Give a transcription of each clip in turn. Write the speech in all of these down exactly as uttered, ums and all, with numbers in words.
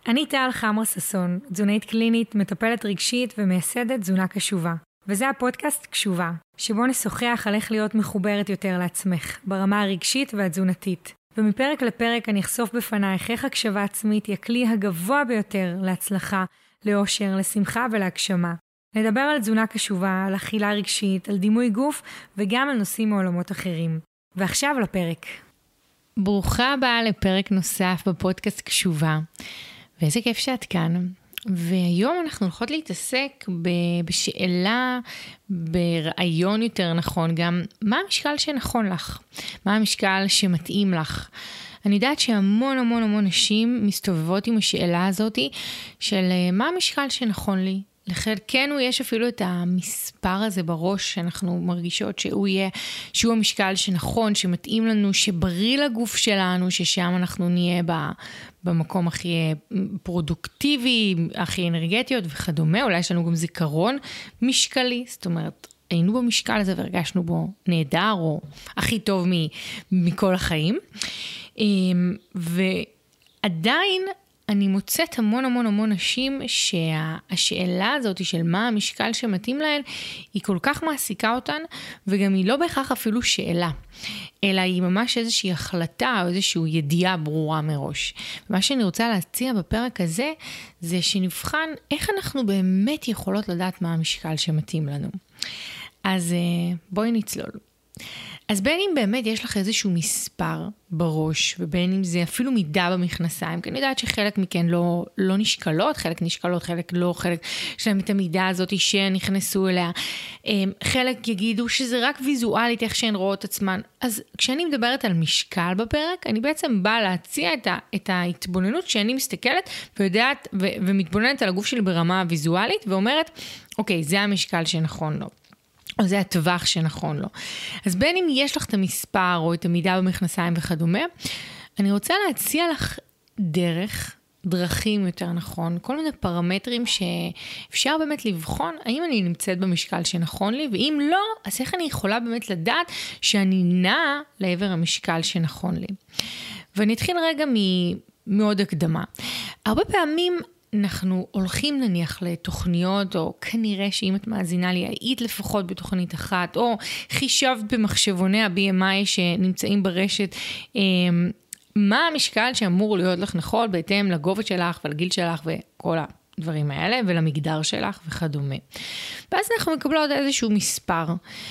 אני טל חמר ססון, תזונאית קלינית, מטפלת רגשית ומייסדת תזונה קשובה. וזה הפודקאסט קשובה, שבו נשוחח על איך להיות מחוברת יותר לעצמך, ברמה הרגשית והתזונתית. ומפרק לפרק אני אחשוף בפנייך איך הקשבה עצמית היא הכלי הגבוה ביותר להצלחה, לאושר, לשמחה ולהגשמה. נדבר על תזונה קשובה, על אכילה רגשית, על דימוי גוף וגם על נושאים מעולמות אחרים. ועכשיו לפרק. ברוכה הבאה לפרק נוסף בפודקאסט קשובה. ואיזה כיף שאת כאן. והיום אנחנו הולכות להתעסק בשאלה, ברעיון יותר נכון, גם מה המשקל שנכון לך? מה המשקל שמתאים לך? אני יודעת שהמון המון המון נשים מסתובבות עם השאלה הזאת של מה המשקל שנכון לי? לחלקנו יש אפילו את המספר הזה בראש שאנחנו מרגישות שהוא יהיה, שהוא המשקל שנכון, שמתאים לנו, שבריא לגוף שלנו, ששם אנחנו נהיה במקום הכי פרודוקטיבי, הכי אנרגטיות וכדומה. אולי יש לנו גם זיכרון משקלי, זאת אומרת, היינו במשקל הזה והרגשנו בו נהדר או הכי טוב מכל החיים. ועדיין אני מוצאת המון המון המון נשים שהשאלה הזאת של מה המשקל שמתאים להן, היא כל כך מעסיקה אותן, וגם היא לא בהכרח אפילו שאלה, אלא היא ממש איזושהי החלטה או איזושהי ידיעה ברורה מראש. ומה שאני רוצה להציע בפרק הזה, זה שנבחן איך אנחנו באמת יכולות לדעת מה המשקל שמתאים לנו. אז בואי נצלול. אז בין אם באמת יש לך איזשהו מספר בראש, ובין אם זה אפילו מידה במכנסיים, כי אני יודעת שחלק מכן לא, לא נשקלות, חלק נשקלות, חלק לא, חלק שלהם את המידה הזאת שנכנסו אליה. חלק יגידו שזה רק ויזואלית איך שהן רואות עצמן. אז כשאני מדברת על משקל בפרק, אני בעצם באה להציע את, ה, את ההתבוננות שאני מסתכלת ויודעת ו, ומתבוננת על הגוף שלי ברמה הוויזואלית, ואומרת, אוקיי, זה המשקל שנכון לו. או זה הטווח שנכון לו. אז בין אם יש לך את המספר או את המידה במכנסיים וכדומה, אני רוצה להציע לך דרך, דרכים יותר נכון, כל מיני פרמטרים שאפשר באמת לבחון, האם אני נמצאת במשקל שנכון לי, ואם לא, אז איך אני יכולה באמת לדעת שאני נעה לעבר המשקל שנכון לי. ואני אתחיל רגע מאוד הקדמה. הרבה פעמים אנחנו הולכים נניח לתוכניות, או כנראה שאם את מאזינה לי, היית לפחות בתוכנית אחת, או חישבת במחשבוני ה-בי אם איי שנמצאים ברשת, מה המשקל שאמור להיות לך נכון, בהתאם לגובה שלך ולגיל שלך וכל הדברים האלה, ולמגדר שלך וכדומה. ואז אנחנו מקבלות איזשהו מספר,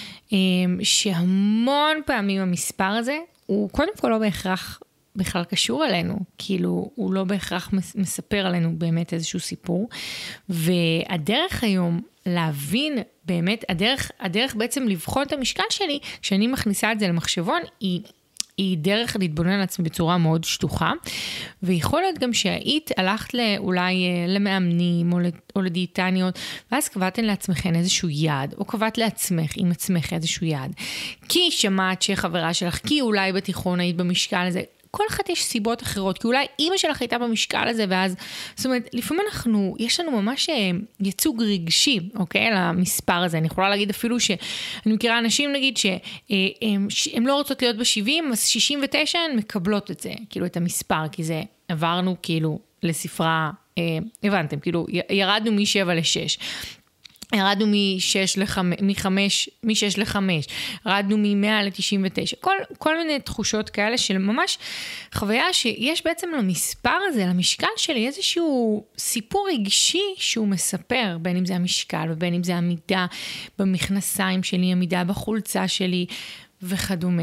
שהמון פעמים המספר הזה, הוא קודם כל לא בהכרח בכלל קשור אלינו, כאילו הוא לא בהכרח מספר עלינו באמת איזשהו סיפור, והדרך היום להבין באמת, הדרך, הדרך בעצם לבחון את המשקל שלי, כשאני מכניסה את זה למחשבון, היא, היא דרך להתבונן על עצמי בצורה מאוד שטוחה, ויכול להיות גם שהיית הלכת אולי למאמנים או, או לדיאטניות, ואז קבעתן לעצמכן איזשהו יעד, או קבעת לעצמך עם עצמך איזשהו יעד, כי שמעת שחברה שלך, כי אולי בתיכון היית במשקל הזה, כל אחת יש סיבות אחרות, כי אולי אמא שלך הייתה במשקל הזה, ואז, זאת אומרת, לפעמים אנחנו, יש לנו ממש ייצוג רגשי, אוקיי, למספר הזה. אני יכולה להגיד אפילו שאני מכירה אנשים, נגיד, שהם לא רוצות להיות ב-שבעים, אז שישים ותשע הן מקבלות את זה, כאילו, את המספר, כי זה עברנו, כאילו, לספרה, הבנתם, כאילו, ירדנו מ-שבע ל-שש. ירדנו מ-שש לחמש, מ-שש לחמש, ירדנו מ-מאה ל-תשעים ותשע, כל, כל מיני תחושות כאלה של ממש חוויה שיש בעצם למספר הזה, למשקל שלי, איזשהו סיפור רגשי שהוא מספר, בין אם זה המשקל ובין אם זה המידה במכנסיים שלי, המידה בחולצה שלי וכדומה.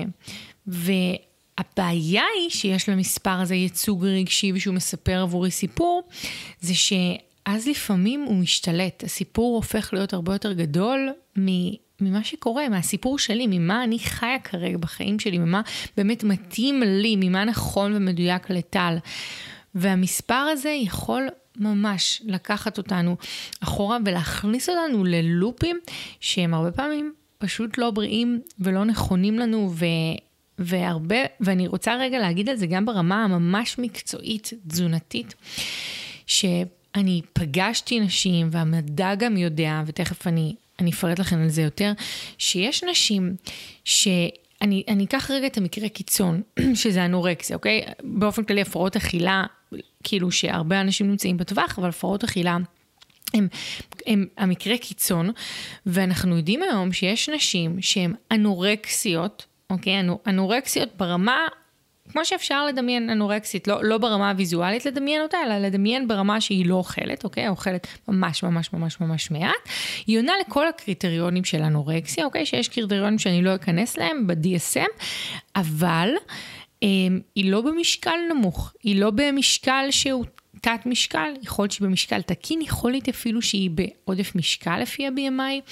והבעיה היא שיש למספר הזה ייצוג רגשי ושהוא מספר עבורי סיפור, זה ש... אז לפעמים הוא משתלט, הסיפור הופך להיות הרבה יותר גדול ממה שקורה, מהסיפור שלי, ממה אני חיה כרגע בחיים שלי, ממה באמת מתאים לי, ממה נכון ומדויק לטל. והמספר הזה יכול ממש לקחת אותנו אחורה ולהכניס אותנו ללופים שהם הרבה פעמים פשוט לא בריאים ולא נכונים לנו ו... והרבה, ואני רוצה רגע להגיד על זה גם ברמה הממש מקצועית, תזונתית, ש... אני פגשתי נשים, והמדע גם יודע, ותכף אני, אני אפרט לכם על זה יותר, שיש נשים שאני אני אקח רגע את המקרה קיצון, שזה אנורקסיה, אוקיי? באופן כללי, הפרעות אכילה, כאילו שהרבה אנשים נמצאים בטווח, אבל הפרעות אכילה הם, הם המקרה קיצון, ואנחנו יודעים היום שיש נשים שהן אנורקסיות, אוקיי? אנורקסיות ברמה, כמו שאפשר לדמיין אנורקסית, לא, לא ברמה הוויזואלית לדמיין אותה, אלא לדמיין ברמה שהיא לא אוכלת, אוקיי? אוכלת ממש ממש ממש ממש מעט. היא עונה לכל הקריטריונים של אנורקסיה, אוקיי? שיש קריטריונים שאני לא אכנס להם ב-די אס אם, אבל היא לא במשקל נמוך, היא לא במשקל שהוא תת משקל, יכול להיות שהיא במשקל תקין, יכול להיות אפילו שהיא בעודף משקל לפי ה-בי אם איי,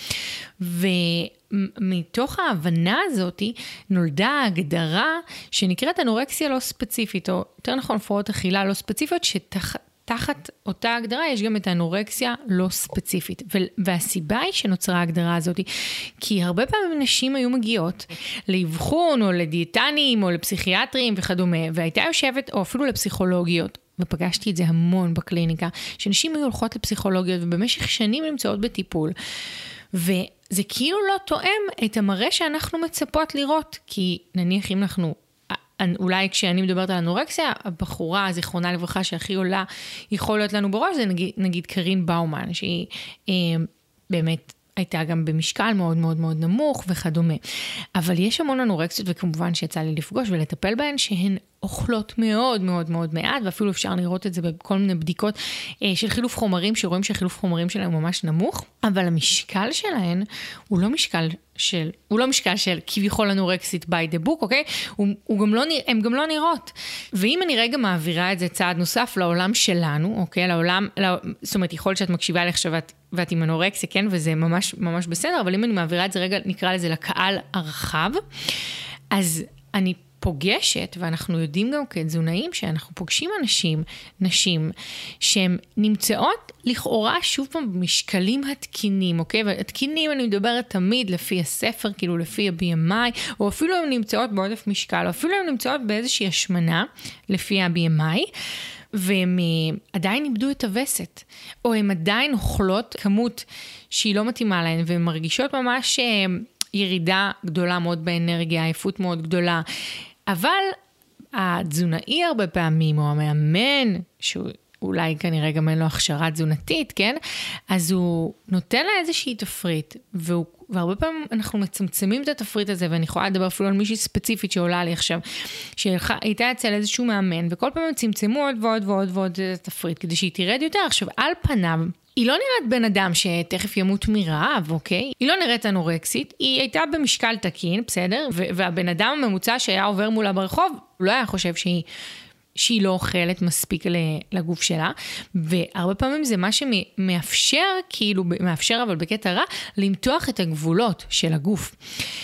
ומתוך ההבנה הזאת נולדה ההגדרה שנקראת אנורקסיה לא ספציפית, או יותר נכון הפרעות אכילה לא ספציפיות, שתחת תחת אותה הגדרה יש גם את האנורקסיה לא ספציפית. והסיבה היא שנוצרה ההגדרה הזאת, כי הרבה פעמים נשים היו מגיעות לאבחון או לדיאטנים או לפסיכיאטרים וכדומה, והייתה יושבת או אפילו לפסיכולוגיות, ופגשתי את זה המון בקליניקה, שנשים היו הולכות לפסיכולוגיות ובמשך שנים נמצאות בטיפול, וזה כאילו לא תואם את המראה שאנחנו מצפות לראות, כי נניח אם אנחנו אולי כשאני מדברת על אנורקסיה, הבחורה, זיכרונה לברכה, שהכי עולה, יכול להיות לנו בראש, זה נגיד, נגיד קרין באומן, שהיא אה, באמת הייתה גם במשקל מאוד מאוד מאוד נמוך וכדומה. אבל יש המון אנורקסיות, וכמובן שיצא לי לפגוש ולטפל בהן, שהן אוכלות מאוד מאוד מאוד מעט, ואפילו אפשר לראות את זה בכל מיני בדיקות אה, של חילוף חומרים, שרואים שהחילוף חומרים שלהם הוא ממש נמוך, אבל המשקל שלהן הוא לא משקל של, הוא לא משקל של כביכול אנורקסית by the book, אוקיי? הוא, הוא גם לא, הם גם לא נראות. ואם אני רגע מעבירה את זה צעד נוסף לעולם שלנו, אוקיי? לעולם, לא, זאת אומרת, יכול להיות שאת מקשיבה לי עכשיו ואת, ואת עם אנורקסיה, כן? וזה ממש, ממש בסדר, אבל אם אני מעבירה את זה רגע, נקרא לזה לקהל הרחב, אז אני פוגשת, ואנחנו יודעים גם כתזונאים, שאנחנו פוגשים אנשים, נשים, שהן נמצאות לכאורה שוב פעם במשקלים התקינים, אוקיי? והתקינים אני מדברת תמיד לפי הספר, כאילו לפי ה-בי אם איי, או אפילו הן נמצאות בעודף משקל, או אפילו הן נמצאות באיזושהי השמנה לפי ה-בי אם איי, והן עדיין איבדו את הווסת, או הן עדיין אוכלות כמות שהיא לא מתאימה להן, והן מרגישות ממש ירידה גדולה מאוד באנרגיה, עייפות מאוד גדולה, אבל התזונאי הרבה פעמים, או המאמן, שהוא אולי כנראה גם אין לו הכשרה תזונתית, כן? אז הוא נותן לה איזושהי תפריט, והוא, והרבה פעמים אנחנו מצמצמים את התפריט הזה, ואני יכולה לדבר אפילו על מישהי ספציפית שעולה לי עכשיו, שהייתה אצל איזשהו מאמן, וכל פעם הם צמצמו עוד ועוד ועוד ועוד את התפריט, כדי שהיא תרד יותר. עכשיו, על פניו, היא לא נראית בן אדם שתכף ימות מרעב, אוקיי? היא לא נראית אנורקסית, היא הייתה במשקל תקין, בסדר? והבן אדם הממוצע שהיה עובר מולה ברחוב, הוא לא היה חושב שהיא, שהיא לא אוכלת מספיק לגוף שלה, והרבה פעמים זה מה שמאפשר, כאילו מאפשר אבל בקטע רע, למתוח את הגבולות של הגוף.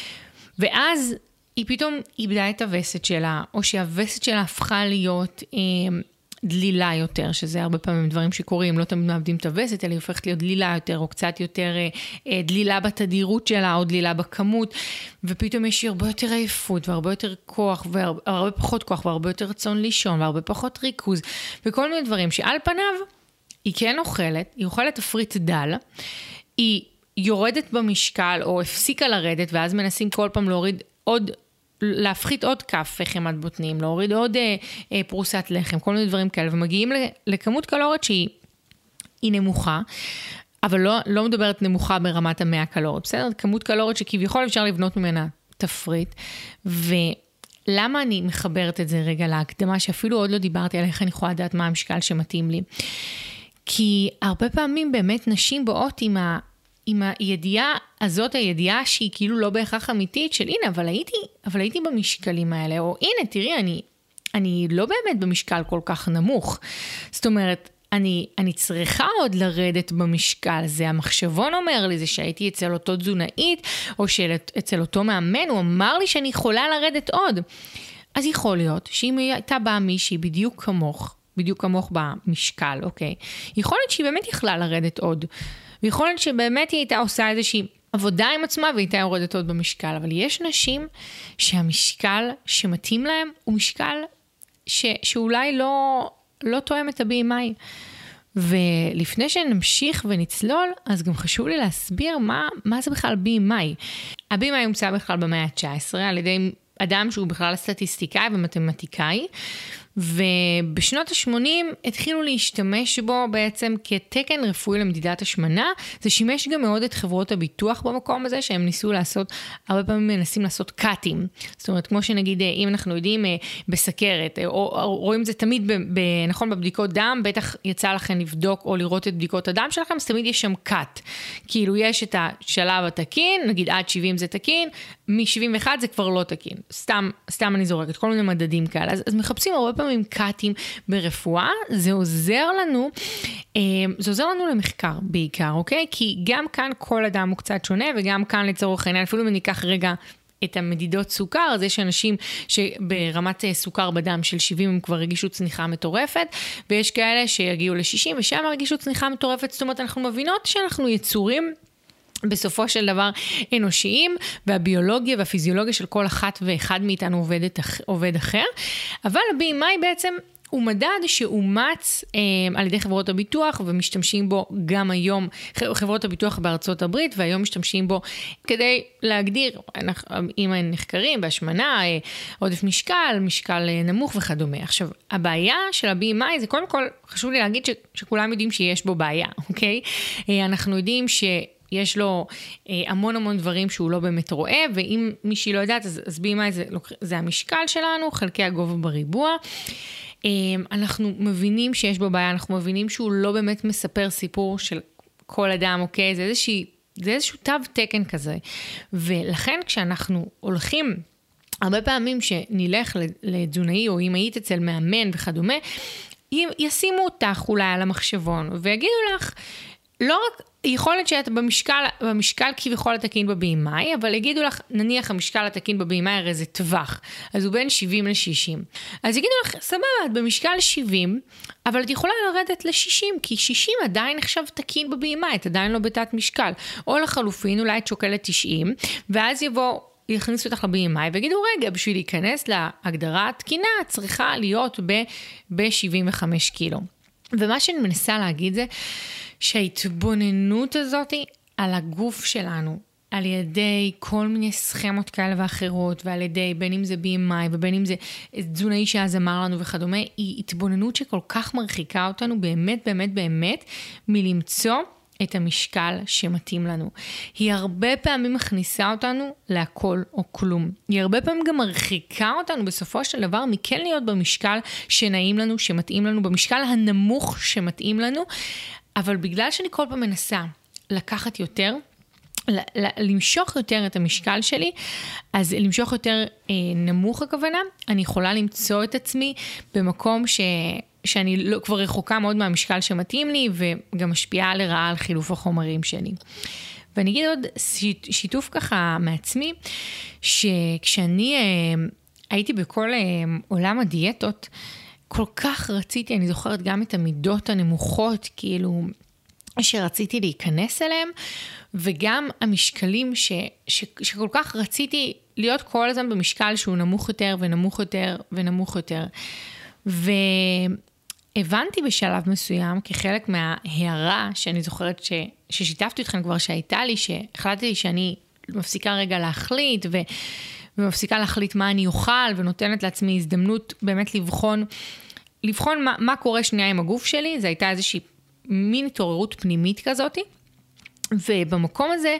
ואז היא פתאום איבדה את הווסת שלה, או שהווסת שלה הפכה להיות אה, דלילה יותר, שזה הרבה פעמים דברים שקורים, לא תמיד מאבדים את הווסת, אלא היא הופכת להיות דלילה יותר, או קצת יותר אה, דלילה בתדירות שלה, או דלילה בכמות, ופתאום יש הרבה יותר עייפות, והרבה יותר כוח, והרבה פחות כוח, והרבה יותר רצון לישון, והרבה פחות ריכוז, וכל מיני דברים שעל פניו, היא כן אוכלת, היא אוכלת תפריט דל, היא יורדת במשקל, או הפסיקה לרדת, ואז מנסים כל פעם להוריד עוד, להפחית עוד כף חמת בוטנים, להוריד עוד אה, אה, פרוסת לחם, כל מיני דברים כאלה, ומגיעים לכמות קלוריות שהיא היא נמוכה, אבל לא, לא מדברת נמוכה ברמת המאה קלוריות, בסדר? כמות קלוריות שכביכול אפשר לבנות ממנה תפריט, ולמה אני מחברת את זה רגע להקדמה, שאפילו עוד לא דיברתי על איך אני יכולה לדעת מה המשקל שמתאים לי, כי הרבה פעמים באמת נשים באות עם ה... עם הידיעה הזאת, הידיעה שהיא כאילו לא בהכרח אמיתית, של הנה, אבל הייתי, אבל הייתי במשקלים האלה, או הנה, תראי, אני, אני לא באמת במשקל כל כך נמוך. זאת אומרת, אני, אני צריכה עוד לרדת במשקל. זה המחשבון אומר לי, זה שהייתי אצל אותו תזונאית, או שאצל אותו מאמן, הוא אמר לי שאני יכולה לרדת עוד. אז יכול להיות שאם הייתה באה מישהי בדיוק כמוך, בדיוק כמוך במשקל, אוקיי? יכול להיות שהיא באמת יכלה לרדת עוד. ויכול להיות שבאמת היא הייתה עושה איזושהי עבודה עם עצמה, והיא הייתה יורדת עוד במשקל. אבל יש נשים שהמשקל שמתאים להם, הוא משקל ש, שאולי לא, לא תואם את ה-בי אם איי. ולפני שנמשיך ונצלול, אז גם חשוב לי להסביר מה, מה זה בכלל בי אם איי. ה-בי אם איי הומצא בכלל במאה ה-תשע עשרה, על ידי אדם שהוא בכלל סטטיסטיקאי ומתמטיקאי, ובשנות ה-שמונים התחילו להשתמש בו בעצם כתקן רפואי למדידת השמנה. זה שימש גם מאוד את חברות הביטוח במקום הזה, שהם ניסו לעשות, הרבה פעמים מנסים לעשות קאטים. זאת אומרת, כמו שנגיד, אם אנחנו יודעים בסכרת, או, או רואים זה תמיד, ב, ב, נכון, בבדיקות דם, בטח יצא לכם לבדוק או לראות את בדיקות הדם שלכם, אז תמיד יש שם קאט. כאילו יש את השלב התקין, נגיד עד שבעים זה תקין, מ-שבעים ואחת זה כבר לא תקין. סתם, סתם אני זורקת, כל מיני מדדים כאלה. אז, אז מחפשים הרבה פעמים קאטים ברפואה, זה עוזר לנו, זה עוזר לנו למחקר בעיקר, אוקיי? כי גם כאן כל אדם הוא קצת שונה, וגם כאן לצורך העניין, אפילו אם אני אקח רגע את המדידות סוכר, אז יש אנשים שברמת סוכר בדם של שבעים הם כבר הרגישו צניחה מטורפת, ויש כאלה שיגיעו ל-שישים ושם הרגישו צניחה מטורפת, זאת אומרת אנחנו מבינות שאנחנו יצורים בסופו של דבר אנושיים, והביולוגיה והפיזיולוגיה של כל אחת ואחד מאיתנו עובדת, עובד אחר, אבל ה-בי אם איי בעצם הוא מדד שאומץ אה, על ידי חברות הביטוח, ומשתמשים בו גם היום, חברות הביטוח בארצות הברית, והיום משתמשים בו כדי להגדיר, אם הם נחקרים בהשמנה, אה, עודף משקל, משקל אה, נמוך וכדומה. עכשיו, הבעיה של ה-בי אם איי, זה קודם כל, חשוב לי להגיד ש, שכולם יודעים שיש בו בעיה, אוקיי? אה, אנחנו יודעים ש... יש לו אה, המון המון דברים שהוא לא באמת רואה, ואם מישהי לא יודעת, אז, אז בי אם איי זה, זה המשקל שלנו, חלקי הגובה בריבוע. אה, אנחנו מבינים שיש בו בעיה, אנחנו מבינים שהוא לא באמת מספר סיפור של כל אדם, אוקיי? זה איזושהי, זה איזשהו תו תקן כזה. ולכן כשאנחנו הולכים, הרבה פעמים שנלך לתזונאי, או אם היית אצל מאמן וכדומה, ישימו אותך אולי על המחשבון, ויגידו לך, לא רק, יכול להיות שאת במשקל, במשקל כביכול התקין ב-בי אם איי, אבל יגידו לך, נניח המשקל התקין ב-בי אם איי, הרי זה טווח, אז הוא בין שבעים ל-שישים. אז יגידו לך, סבבה, את במשקל שבעים, אבל את יכולה לרדת ל-שישים, כי שישים עדיין נחשב תקין ב-בי אם איי, את עדיין לא בתת משקל. או לחלופין, אולי את שוקלת תשעים, ואז יבוא, יכניסו אותך ל-בי אם איי, ויגידו, רגע, בשביל להיכנס להגדרה התקינה, צריכה להיות ב-שבעים וחמש קילו. ומה שאני מנסה להגיד זה, שההתבוננות הזאת על הגוף שלנו, על ידי כל מיני סכמות כאלה ואחרות, ועל ידי בין אם זה בי אם איי, ובין אם זה תזונאי שאז אמר לנו וכדומה, היא התבוננות שכל כך מרחיקה אותנו, באמת, באמת, באמת, מלמצוא את המשקל שמתאים לנו. היא הרבה פעמים מכניסה אותנו להכל או כלום. היא הרבה פעמים גם מרחיקה אותנו בסופו של דבר מכן להיות במשקל שנעים לנו, שמתאים לנו, במשקל הנמוך שמתאים לנו, אבל בגלל שאני כל פעם מנסה לקחת יותר, למשוך יותר את המשקל שלי, אז למשוך יותר אה, נמוך הכוונה, אני יכולה למצוא את עצמי במקום ש... שאני לא, כבר רחוקה מאוד מהמשקל שמתאים לי, וגם משפיעה לרעה על חילוף החומרים שלי. ואני אגיד עוד שיתוף ככה מעצמי, שכשאני אה, הייתי בכל אה, עולם הדיאטות, כל כך רציתי, אני זוכרת גם את המידות הנמוכות, כאילו, שרציתי להיכנס אליהם, וגם המשקלים ש, ש, שכל כך רציתי להיות כל הזמן במשקל שהוא נמוך יותר ונמוך יותר ונמוך יותר. והבנתי בשלב מסוים, כחלק מההערה שאני זוכרת ש, ששיתפתי אתכם כבר שהייתה לי, שהחלטתי שאני מפסיקה רגע להחליט, ו, ומפסיקה להחליט מה אני אוכל, ונותנת לעצמי הזדמנות באמת לבחון, לבחון מה, מה קורה שנייה עם הגוף שלי. זה הייתה איזושהי מין התעוררות פנימית כזאת, ובמקום הזה,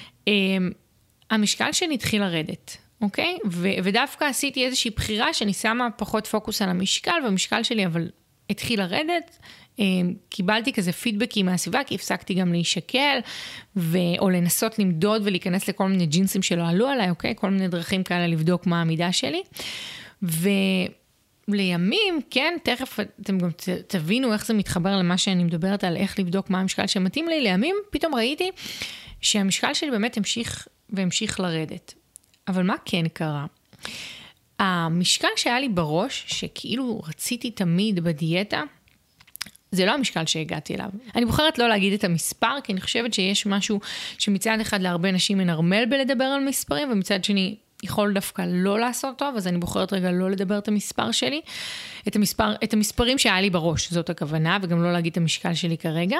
המשקל שלי התחיל לרדת, אוקיי? ו- ודווקא עשיתי איזושהי בחירה שאני שמה פחות פוקוס על המשקל, והמשקל שלי אבל התחיל לרדת, קיבלתי כזה פידבקים מהסביבה, כי הפסקתי גם להישקל, ו- או לנסות למדוד ולהיכנס לכל מיני ג'ינסים שלא עלו עליי, אוקיי? כל מיני דרכים כאלה לבדוק מה העמידה שלי, ו... לימים, כן, תכף אתם גם תבינו איך זה מתחבר למה שאני מדברת על איך לבדוק מה המשקל שמתאים לי. לימים פתאום ראיתי שהמשקל שלי באמת המשיך והמשיך לרדת. אבל מה כן קרה? המשקל שהיה לי בראש, שכאילו רציתי תמיד בדיאטה, זה לא המשקל שהגעתי אליו. אני בוחרת לא להגיד את המספר, כי אני חושבת שיש משהו שמצד אחד להרבה נשים מנרמל בלדבר על מספרים, ומצד שני יכול דווקא לא לעשות טוב, אז אני בוחרת רגע לא לדבר את המספר שלי, את המספר, את המספרים שהיה לי בראש, זאת הכוונה, וגם לא להגיד את המשקל שלי כרגע.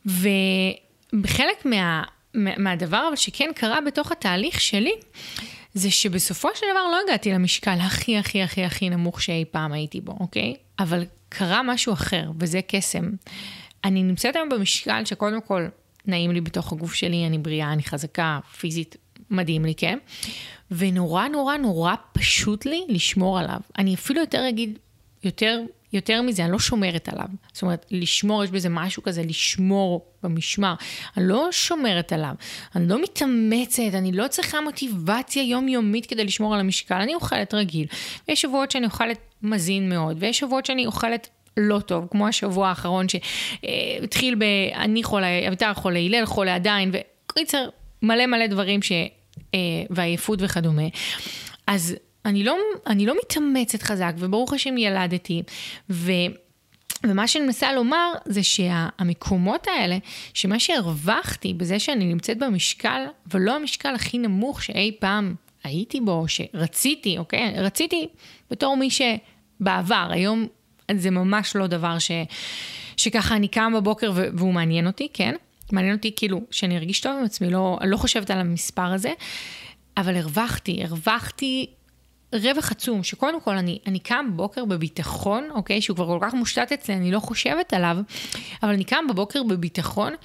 ובחלק מה, מה, מהדבר אבל שכן קרה בתוך התהליך שלי, זה שבסופו של דבר לא הגעתי למשקל הכי הכי הכי הכי נמוך שאי פעם הייתי בו, אוקיי? אבל קרה משהו אחר, וזה קסם. אני נמצאת היום במשקל שקודם כל נעים לי בתוך הגוף שלי, אני בריאה, אני חזקה, פיזית, מדהים לי, כן? ונורא נורא נורא פשוט לי לשמור עליו. אני אפילו יותר אגיד, יותר, יותר מזה, אני לא שומרת עליו. זאת אומרת, לשמור, יש בזה משהו כזה, לשמור במשמר. אני לא שומרת עליו. אני לא מתאמצת, אני לא צריכה מוטיבציה יומיומית כדי לשמור על המשקל. אני אוכלת רגיל. ויש שבועות שאני אוכלת מזין מאוד, ויש שבועות שאני אוכלת לא טוב, כמו השבוע האחרון שהתחיל ב... אני חולה, אביתר חולה, הלל חולה עדיין, וקריצר מלא מלא דברים ש... ועייפות וכדומה. אז אני לא, אני לא מתאמצת חזק, וברוך השם ילדתי, ו... ומה שאני מנסה לומר זה שהמקומות האלה, שמה שהרווחתי בזה שאני נמצאת במשקל, ולא המשקל הכי נמוך שאי פעם הייתי בו, שרציתי, אוקיי? רציתי בתור מי שבעבר, היום זה ממש לא דבר ש... שככה אני קם בבוקר והוא מעניין אותי, כן? מעניין אותי כאילו שאני ארגיש טוב עם עצמי, לא, לא חושבת על המספר הזה, אבל הרווחתי, הרווחתי רווח עצום, שקודם כל אני, אני קם בבוקר בביטחון, אוקיי? שהוא כבר כל כך מושתת אצלי, אני לא חושבת עליו, אבל אני קם בבוקר בביטחון,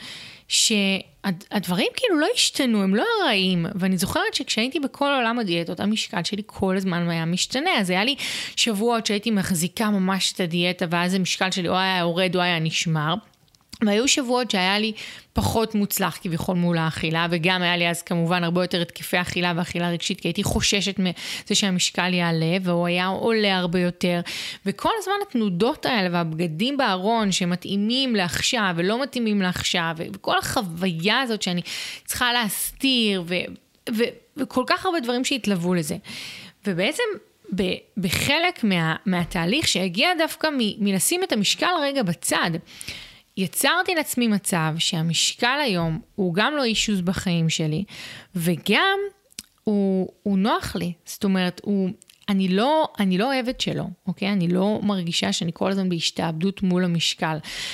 שהדברים כאילו לא השתנו, הם לא הרעים, ואני זוכרת שכשהייתי בכל עולם הדיאטות, המשקל שלי כל הזמן היה משתנה, אז היה לי שבועות שהייתי מחזיקה ממש את הדיאטה, ואז המשקל שלי או היה יורד או היה נשמר, והיו שבועות שהיה לי פחות מוצלח כביכול מול האכילה, וגם היה לי אז כמובן הרבה יותר התקפי אכילה ואכילה רגשית, כי הייתי חוששת מזה שהמשקל יעלה, והוא היה עולה הרבה יותר, וכל הזמן התנודות האלה והבגדים בארון שמתאימים לעכשיו ולא מתאימים לעכשיו, וכל החוויה הזאת שאני צריכה להסתיר, ו- ו- וכל כך הרבה דברים שהתלוו לזה. ובעצם ב- בחלק מה- מהתהליך שהגיע דווקא מ- מלשים את המשקל רגע בצד, יצרתי לעצמי מצב שהמשקל היום הוא גם לא אישוז בחיים שלי, וגם הוא, הוא נוח לי. זאת אומרת, הוא, אני לא, אני לא אוהבת שלו, אוקיי? אני לא מרגישה שאני כל הזמן בהשתעבדות מול המשקל.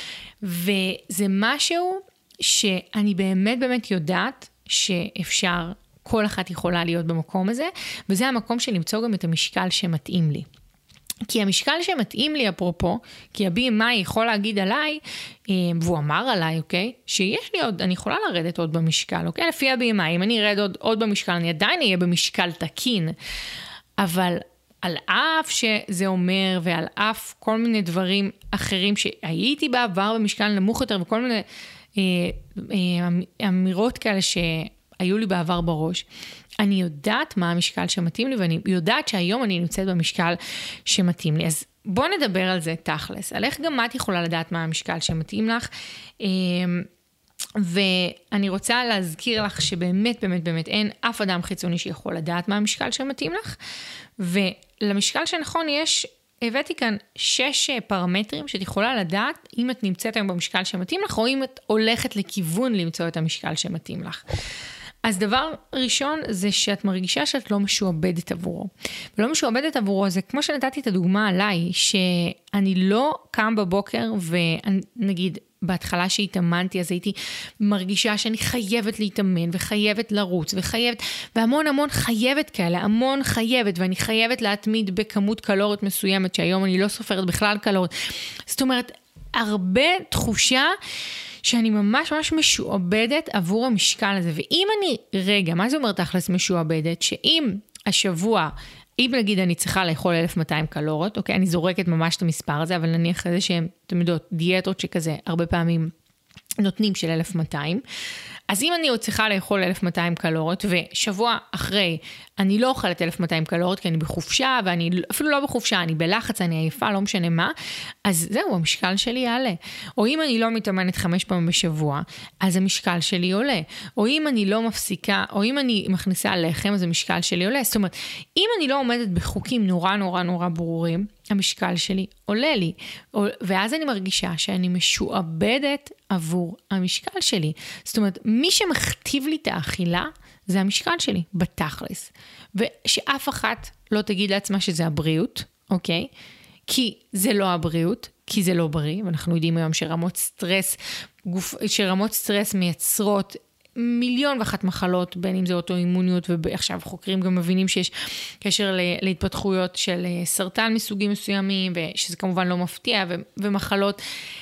וזה משהו שאני באמת באמת יודעת שאפשר, כל אחת יכולה להיות במקום הזה, וזה המקום של למצוא גם את המשקל שמתאים לי. כי המשקל שמתאים לי אפרופו, כי ה-בי אם איי יכול להגיד עליי, והוא אמר עליי, אוקיי? שיש לי עוד, אני יכולה לרדת עוד במשקל, אוקיי? לפי ה-בי אם איי, אם אני ארד עוד, עוד במשקל, אני עדיין אהיה במשקל תקין. אבל על אף שזה אומר, ועל אף כל מיני דברים אחרים שהייתי בעבר במשקל נמוך יותר, וכל מיני אה, אה, אמירות כאלה שהיו לי בעבר בראש, אני יודעת מה המשקל שמתאים לי, ואני יודעת שהיום אני נמצאת במשקל שמתאים לי. אז בוא נדבר על זה תכלס, על איך גם את יכולה לדעת מה המשקל שמתאים לך, ואני רוצה להזכיר לך שבאמת באמת באמת אין אף אדם חיצוני שיכול לדעת מה המשקל שמתאים לך, ולמשקל שנכון יש, הבאתי כאן שש פרמטרים שאת יכולה לדעת אם את נמצאת היום במשקל שמתאים לך, או אם את הולכת לכיוון למצוא את המשקל שמתאים לך. אז דבר ראשון זה שאת מרגישה שאת לא משועבדת עבורו. ולא משועבדת עבורו זה כמו שנתתי את הדוגמה עליי, שאני לא קם בבוקר ונגיד בהתחלה שהתאמנתי, אז הייתי מרגישה שאני חייבת להתאמן וחייבת לרוץ וחייבת, והמון המון חייבת כאלה, המון חייבת, ואני חייבת להתמיד בכמות קלוריות מסוימת, שהיום אני לא סופרת בכלל קלוריות. זאת אומרת, הרבה תחושה שאני ממש ממש משועבדת עבור המשקל הזה, ואם אני, רגע, מה זה אומר תכלס משועבדת? שאם השבוע, אם נגיד אני צריכה לאכול אלף ומאתיים קלוריות, אוקיי, אני זורקת ממש את המספר הזה, אבל נניח איזה שהם, אתם יודעות, דיאטות שכזה, הרבה פעמים נותנים של אלף ומאתיים, אז אם אני עוד צריכה לאכול אלף ומאתיים קלוריות, ושבוע אחרי אני לא אוכלת אלף ומאתיים קלוריות, כי אני בחופשה, ואני אפילו לא בחופשה, אני בלחץ, אני עייפה, לא משנה מה, אז זהו, המשקל שלי יעלה. או אם אני לא מתאמנת חמש פעמים בשבוע, אז המשקל שלי עולה. או אם אני לא מפסיקה, או אם אני מכניסה לחם, אז המשקל שלי עולה. זאת אומרת, אם אני לא עומדת בחוקים נורא נורא נורא ברורים, המשקל שלי עולה לי. ואז אני מרגישה שאני משועבדת עבור המשקל שלי. זאת אומרת, מי שמכתיב לי את האכילה, זה המשקל שלי, בתכלס. ושאף אחת לא תגיד לעצמה שזה הבריאות, אוקיי? כי זה לא הבריאות, כי זה לא בריא, ואנחנו יודעים היום שרמות סטרס, גוף, שרמות סטרס מייצרות מיליון ואחת מחלות, בין אם זה אוטואימוניות, ועכשיו חוקרים גם מבינים שיש קשר להתפתחויות של סרטן מסוגים מסוימים, ושזה כמובן לא מפתיע, ומחלות,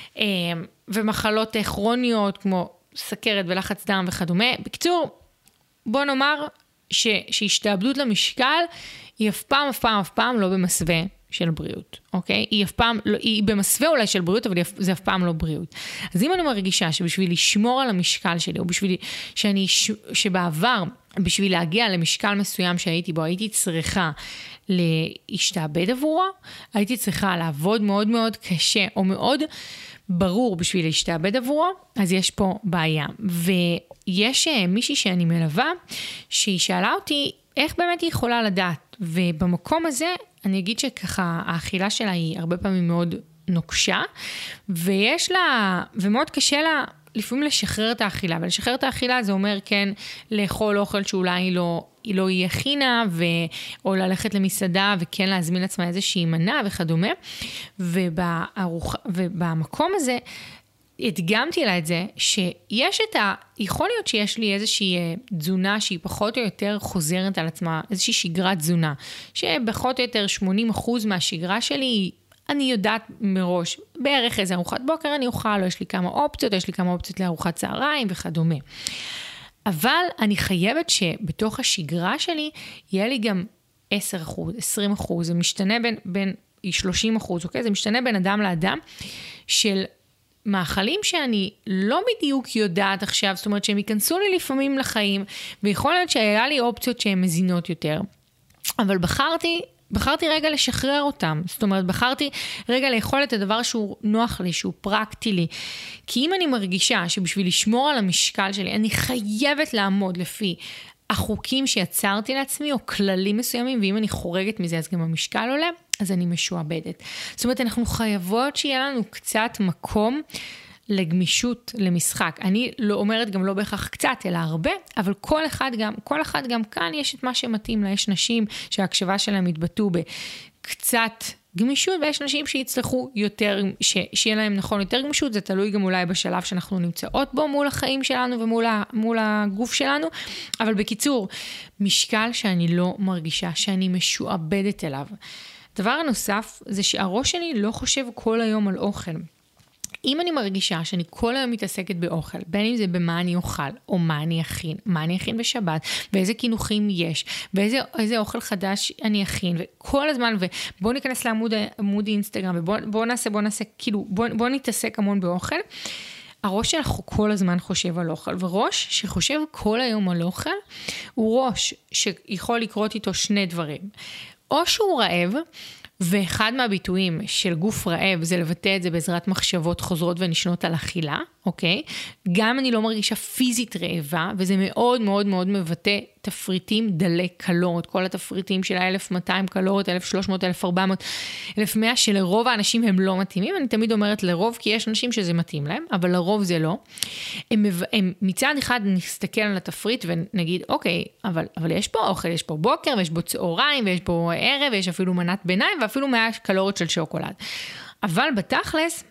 ומחלות כרוניות, כמו סכרת ולחץ דם וכדומה. בקיצור, בוא נאמר ש, שהשתעבדות למשקל, היא אף פעם, אף פעם, אף פעם לא במסווה של בריאות, אוקיי? היא אף פעם, לא, היא במסווה אולי של בריאות, אבל זה אף פעם לא בריאות. אז אם אני מרגישה שבשביל לשמור על המשקל שלי, או בשביל שאני, שבעבר, בשביל להגיע למשקל מסוים שהייתי בו, הייתי צריכה להשתעבד עבורו, הייתי צריכה לעבוד מאוד מאוד קשה, או מאוד ברור בשביל להשתעבד עבורו, אז יש פה בעיה. ויש מישהי שאני מלווה, שהיא שאלה אותי, איך באמת היא יכולה לדעת? ובמקום הזה, אני אגיד שככה, האכילה שלה היא הרבה פעמים מאוד נוקשה, ויש לה, ומאוד קשה לה, לפעמים לשחרר את האכילה, ולשחרר את האכילה זה אומר כן, לאכול אוכל שאולי היא לא, היא לא יהיה חינה, ו, או ללכת למסעדה, וכן להזמין לעצמה איזושהי מנה וכדומה, ובארוח, ובמקום הזה, הדגמתי לה את זה, שיש את ה... יכול להיות שיש לי איזושהי תזונה שהיא פחות או יותר חוזרת על עצמה, איזושהי שגרת תזונה, שבפחות או יותר שמונים אחוז מהשגרה שלי, אני יודעת מראש, בערך איזה ארוחת בוקר אני אוכל, או יש לי כמה אופציות, יש לי כמה אופציות לארוחת צהריים וכדומה. אבל אני חייבת שבתוך השגרה שלי, יהיה לי גם עשרה אחוז, עשרים אחוז, זה משתנה בין, בין שלושים אחוז, אוקיי? זה משתנה בין אדם לאדם, של מאכלים שאני לא בדיוק יודעת עכשיו, זאת אומרת שהם ייכנסו לי לפעמים לחיים, ויכול להיות שהיה לי אופציות שהן מזינות יותר, אבל בחרתי, בחרתי רגע לשחרר אותם, זאת אומרת בחרתי רגע לאכול את הדבר שהוא נוח לי, שהוא פרקטי לי, כי אם אני מרגישה שבשביל לשמור על המשקל שלי, אני חייבת לעמוד לפי החוקים שיצרתי לעצמי, או כללים מסוימים, ואם אני חורגת מזה, אז גם המשקל עולה, אז אני משועבדת. זאת אומרת, אנחנו חייבות שיהיה לנו קצת מקום לגמישות, למשחק. אני לא אומרת גם לא בהכרח קצת, אלא הרבה, אבל כל אחד גם, כל אחד גם כאן יש את מה שמתאים לה. יש נשים שההקשבה שלהם התבטאו בקצת גמישות, ויש נשים שיצטרכו יותר, ש, שיהיה להם נכון יותר גמישות, זה תלוי גם אולי בשלב שאנחנו נמצאות בו מול החיים שלנו ומול ה, מול הגוף שלנו, אבל בקיצור, משקל שאני לא מרגישה, שאני משועבדת אליו. דבר הנוסף זה שהראש שלי לא חושב כל היום על אוכל. אם אני מרגישה שאני כל היום מתעסקת באוכל, בין אם זה במה אני אוכל, או מה אני אכין, מה אני אכין בשבת, ואיזה כינוחים יש, ואיזה איזה אוכל חדש אני אכין, וכל הזמן, ובוא ניכנס לעמוד עמוד אינסטגרם, ובוא בוא נעשה, בוא נעשה, כאילו, בוא, בוא נתעסק המון באוכל, הראש שלך כל הזמן חושב על אוכל, וראש שחושב כל היום על אוכל, הוא ראש שיכול לקרות איתו שני דברים. או שהוא רעב, ואחד מהביטויים של גוף רעב זה לבטא את זה בעזרת מחשבות חוזרות ונשנות על אכילה, אוקיי? גם אני לא מרגישה פיזית רעבה, וזה מאוד מאוד מאוד מבטא תפריטים דלי קלוריות, כל התפריטים של אלף ומאתיים קלוריות, אלף ושלוש מאות, אלף וארבע מאות, אלף ומאה, שלרוב האנשים הם לא מתאימים, אני תמיד אומרת לרוב, כי יש אנשים שזה מתאים להם, אבל לרוב זה לא. הם, הם מצד אחד נסתכל על התפריט ונגיד, אוקיי, אבל, אבל יש פה אוכל, יש פה בוקר, ויש פה צהריים, ויש פה ערב, ויש אפילו מנת ביניים, ואפילו מאה קלוריות של שוקולד. אבל בתכלס,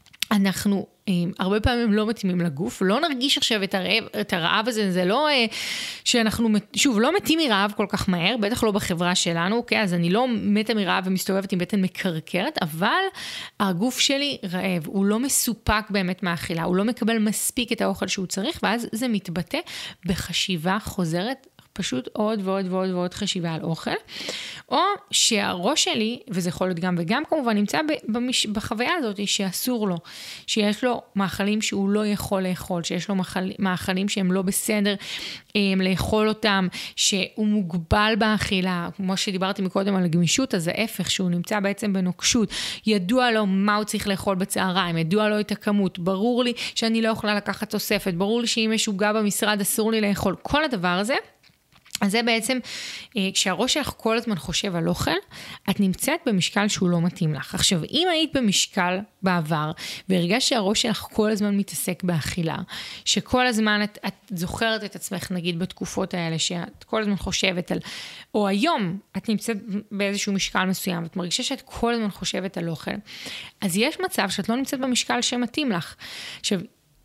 אנחנו הרבה פעמים לא מתאימים לגוף, לא נרגיש עכשיו את הרעב, את הרעב הזה, זה לא שאנחנו, שוב, לא מתים מרעב כל כך מהר, בטח לא בחברה שלנו, אוקיי? אז אני לא מתה מרעב ומסתובבת עם בטן מקרקרת, אבל הגוף שלי רעב, הוא לא מסופק באמת מהאכילה, הוא לא מקבל מספיק את האוכל שהוא צריך, ואז זה מתבטא בחשיבה חוזרת, פשוט עוד ועוד ועוד ועוד חשיבה על אוכל, או שהראש שלי, וזה יכול להיות גם וגם כמובן, נמצא במש... בחוויה הזאת שאסור לו, שיש לו מאכלים שהוא לא יכול לאכול, שיש לו מאכל... מאכלים שהם לא בסדר הם, לאכול אותם, שהוא מוגבל באכילה, כמו שדיברתי מקודם על הגמישות, אז ההפך, שהוא נמצא בעצם בנוקשות, ידוע לו מה הוא צריך לאכול בצהריים, ידוע לו את הכמות, ברור לי שאני לא יכולה לקחת תוספת, ברור לי שאם יש עוגה במשרד אסור לי לאכול, כל הדבר הזה, אז זה בעצם, כשהראש שלך כל הזמן חושב על אוכל, את נמצאת במשקל שהוא לא מתאים לך. עכשיו, אם היית במשקל בעבר, והרגשת שהראש שלך כל הזמן מתעסק באכילה, שכל הזמן את, את זוכרת את עצמך, נגיד בתקופות האלה, שאת כל הזמן חושבת על, או היום את נמצאת באיזשהו משקל מסוים, ואת מרגישה שאת כל הזמן חושבת על אוכל, אז יש מצב שאת לא נמצאת במשקל שמתאים לך. עכשיו,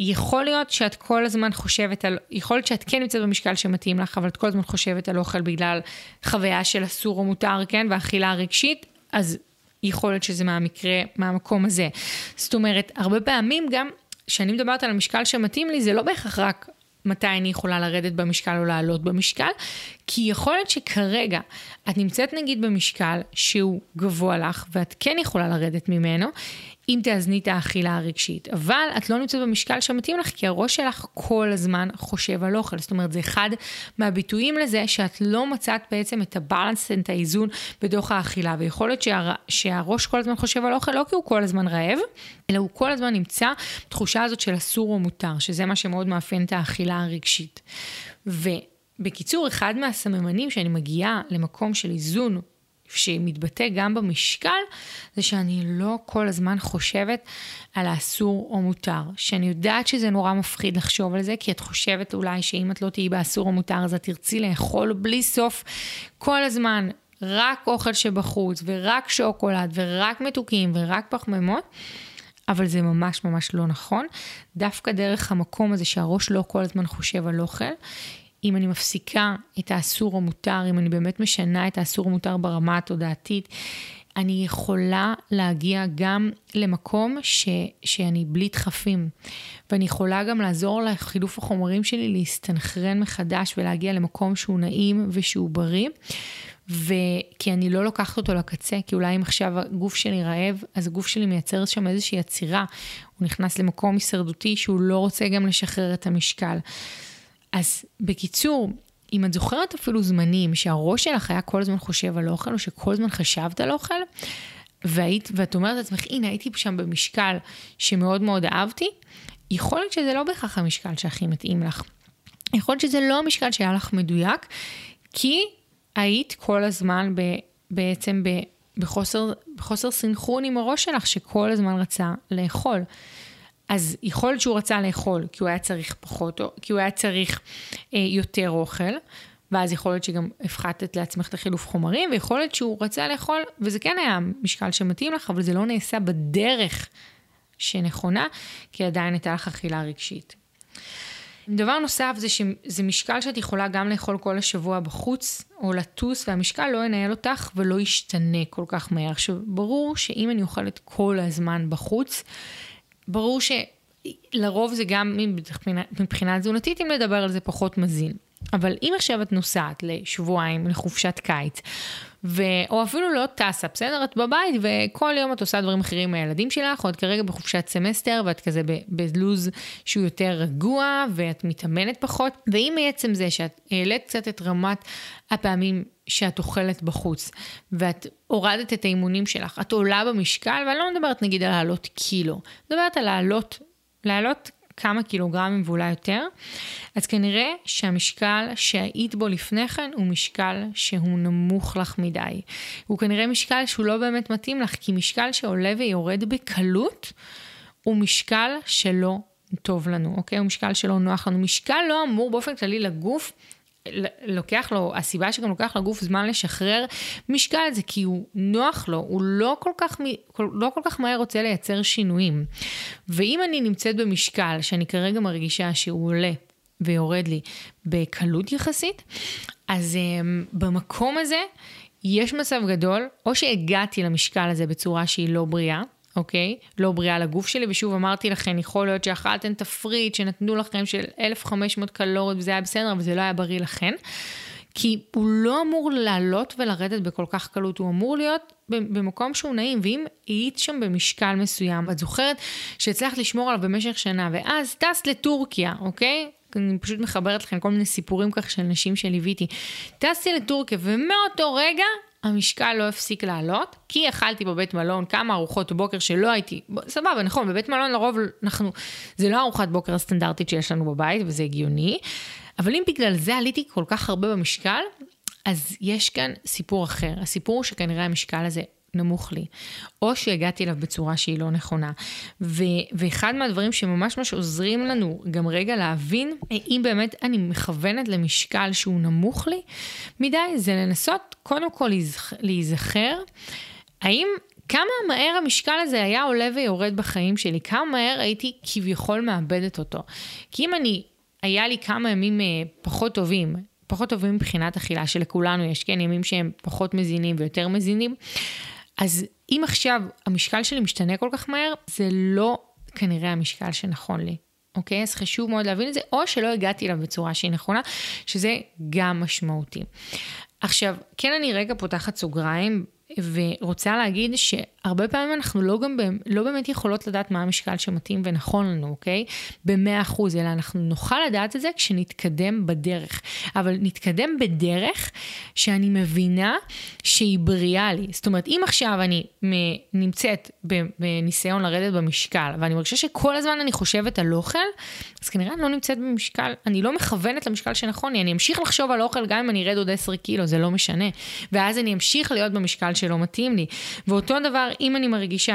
יכול להיות שאת כל הזמן חושבת על, יכול להיות שאת כן נמצאת במשקל שמתאים לך, אבל את כל הזמן חושבת על אוכל בגלל חוויה של אסור או מותר, כן, והאכילה הרגשית, אז יכול להיות שזה מהמקרה, מהמקום הזה. זאת אומרת, הרבה פעמים גם, כשאני מדברת על המשקל שמתאים לי, זה לא בהכרח רק מתי אני יכולה לרדת במשקל או לעלות במשקל, כי יכול להיות שכרגע את נמצאת נגיד במשקל שהוא גבוה לך, ואת כן יכולה לרדת ממנו, אם תאזני את האכילה הרגשית. אבל את לא נמצאת במשקל שמתאים לך, כי הראש שלך כל הזמן חושב על אוכל. זאת אומרת, זה אחד מהביטויים לזה שאת לא מצאת בעצם את הבאלנס, את האיזון בתוך האכילה. ויכול להיות שהר... שהראש כל הזמן חושב על אוכל, לא כי הוא כל הזמן רעב, אלא הוא כל הזמן נמצא בתחושה הזאת של אסור או מותר, שזה מה שמאוד מאפיין את האכילה הרגשית. ובקיצור, אחד מהסממנים שאני מגיעה למקום של איזון, שמתבטא גם במשקל, זה שאני לא כל הזמן חושבת על האסור או מותר. שאני יודעת שזה נורא מפחיד לחשוב על זה, כי את חושבת אולי שאם את לא תהיי באסור או מותר, אז את תרצי לאכול בלי סוף כל הזמן, רק אוכל שבחוץ, ורק שוקולד, ורק מתוקים, ורק פחמימות, אבל זה ממש ממש לא נכון. דווקא דרך המקום הזה שהראש לא כל הזמן חושב על אוכל, אם אני מפסיקה את האסור או מותר, אם אני באמת משנה את האסור או מותר ברמה התודעתית, אני יכולה להגיע גם למקום ש, שאני בלי דחפים. ואני יכולה גם לעזור לחילוף החומרים שלי להסתנכרן מחדש ולהגיע למקום שהוא נעים ושהוא בריא. וכי אני לא לוקחת אותו לקצה, כי אולי אם עכשיו הגוף שלי רעב, אז הגוף שלי מייצר שם איזושהי יצירה. הוא נכנס למקום הישרדותי שהוא לא רוצה גם לשחרר את המשקל. אז בקיצור, אם את זוכרת אפילו זמנים שהראש שלך היה כל הזמן חושב על אוכל, או שכל הזמן חשבת על אוכל, והיית, ואת אומרת לעצמך, הנה הייתי שם במשקל שמאוד מאוד אהבתי, יכול להיות שזה לא בהכרח המשקל שהכי מתאים לך. יכול להיות שזה לא המשקל שהיה לך מדויק, כי היית כל הזמן ב, בעצם ב, בחוסר, בחוסר סינכרון עם הראש שלך, שכל הזמן רצה לאכול. אז יכול להיות שהוא רצה לאכול, כי הוא היה צריך פחות, כי הוא היה צריך אה, יותר אוכל, ואז יכול להיות שגם הפחתת לעצמך את החילוף חומרים, ויכול להיות שהוא רצה לאכול, וזה כן היה משקל שמתאים לך, אבל זה לא נעשה בדרך שנכונה, כי עדיין הייתה לך אכילה רגשית. דבר נוסף זה שזה משקל שאת יכולה גם לאכול כל השבוע בחוץ, או לטוס, והמשקל לא ינהל אותך ולא ישתנה כל כך מהר. עכשיו, ברור שאם אני אוכלת כל הזמן בחוץ, ברור שלרוב זה גם מבחינה, מבחינה תזונתית, אם לדבר על זה פחות מזין. אבל אם עכשיו את נוסעת לשבועיים, לחופשת קיץ, ו... או אפילו לא טסה, בסדר? את בבית וכל יום את עושה דברים אחרים מהילדים שלך, או את כרגע בחופשת סמסטר, ואת כזה בלוז שהוא יותר רגוע, ואת מתאמנת פחות, ואם בעצם זה שאת העלית קצת את רמת הפעמים שאת אוכלת בחוץ, ואת הורדת את האימונים שלך, את עולה במשקל, ואני לא מדברת נגיד על לעלות קילו, מדברת על לעלות, לעלות כמה קילוגרמים ואולי יותר, אז כנראה שהמשקל שהיית בו לפני כן הוא משקל שהוא נמוך לך מדי. הוא כנראה משקל שהוא לא באמת מתאים לך, כי משקל שעולה ויורד בקלות, הוא משקל שלא טוב לנו, אוקיי? הוא משקל שלא נוח לנו. משקל לא אמור באופן כללי לגוף, לוקח לו, הסיבה שגם לוקח לגוף זמן לשחרר משקל זה כי הוא נוח לו, הוא לא כל כך, לא כל כך מהר רוצה לייצר שינויים. ואם אני נמצאת במשקל שאני כרגע מרגישה שהוא עולה ויורד לי בקלות יחסית, אז um, במקום הזה יש מצב גדול, או שהגעתי למשקל הזה בצורה שהיא לא בריאה, אוקיי? לא בריאה לגוף שלי, ושוב אמרתי לכם, יכול להיות שאכלתם תפריט שנתנו לכם של אלף וחמש מאות קלוריות, וזה היה בסדר, אבל זה לא היה בריא לכם, כי הוא לא אמור לעלות ולרדת בכל כך קלות, הוא אמור להיות במקום שהוא נעים, ואם היית שם במשקל מסוים, ואת זוכרת שהצלחת לשמור עליו במשך שנה, ואז טסת לטורקיה, אוקיי? אני פשוט מחברת לכם כל מיני סיפורים כך של נשים שליוויתי. טסתי לטורקיה, ומאותו רגע, המשקל לא הפסיק לעלות, כי אכלתי בבית מלון כמה ארוחות בוקר שלא הייתי, סבבה, נכון, בבית מלון לרוב אנחנו, זה לא ארוחת בוקר הסטנדרטית שיש לנו בבית, וזה הגיוני, אבל אם בגלל זה עליתי כל כך הרבה במשקל, אז יש כאן סיפור אחר. הסיפור שכנראה המשקל הזה נמוך לי, או שהגעתי אליו בצורה שהיא לא נכונה. ו- ואחד מהדברים שממש ממש עוזרים לנו גם רגע להבין, אם באמת אני מכוונת למשקל שהוא נמוך לי, מדי זה לנסות קודם כל להיזכר, האם כמה מהר המשקל הזה היה עולה ויורד בחיים שלי, כמה מהר הייתי כביכול מאבדת אותו. כי אם אני, היה לי כמה ימים פחות טובים, פחות טובים מבחינת אכילה שלכולנו יש, כן, ימים שהם פחות מזינים ויותר מזינים, אז אם עכשיו המשקל שלי משתנה כל כך מהר, זה לא כנראה המשקל שנכון לי. אוקיי? אז חשוב מאוד להבין את זה, או שלא הגעתי אליו בצורה שהיא נכונה, שזה גם משמעותי. עכשיו, כן אני רגע פותחת סוגריים, ורוצה להגיד שהרבה פעמים אנחנו לא, גם, לא באמת יכולות לדעת מה המשקל שמתאים ונכון לנו, אוקיי? ב-מאה אחוז, אלא אנחנו נוכל לדעת את זה כשנתקדם בדרך. אבל נתקדם בדרך שאני מבינה שהיא בריאה לי. זאת אומרת, אם עכשיו אני נמצאת בניסיון לרדת במשקל, ואני מרגישה שכל הזמן אני חושבת על אוכל, אז כנראה אני לא נמצאת במשקל, אני לא מכוונת למשקל שנכון לי, אני אמשיך לחשוב על אוכל גם אם אני ארד עוד עשרה קילו, זה לא משנה. ואז אני אמשיך להיות במשקל שלא מתאים לי. ואותו דבר, אם אני מרגישה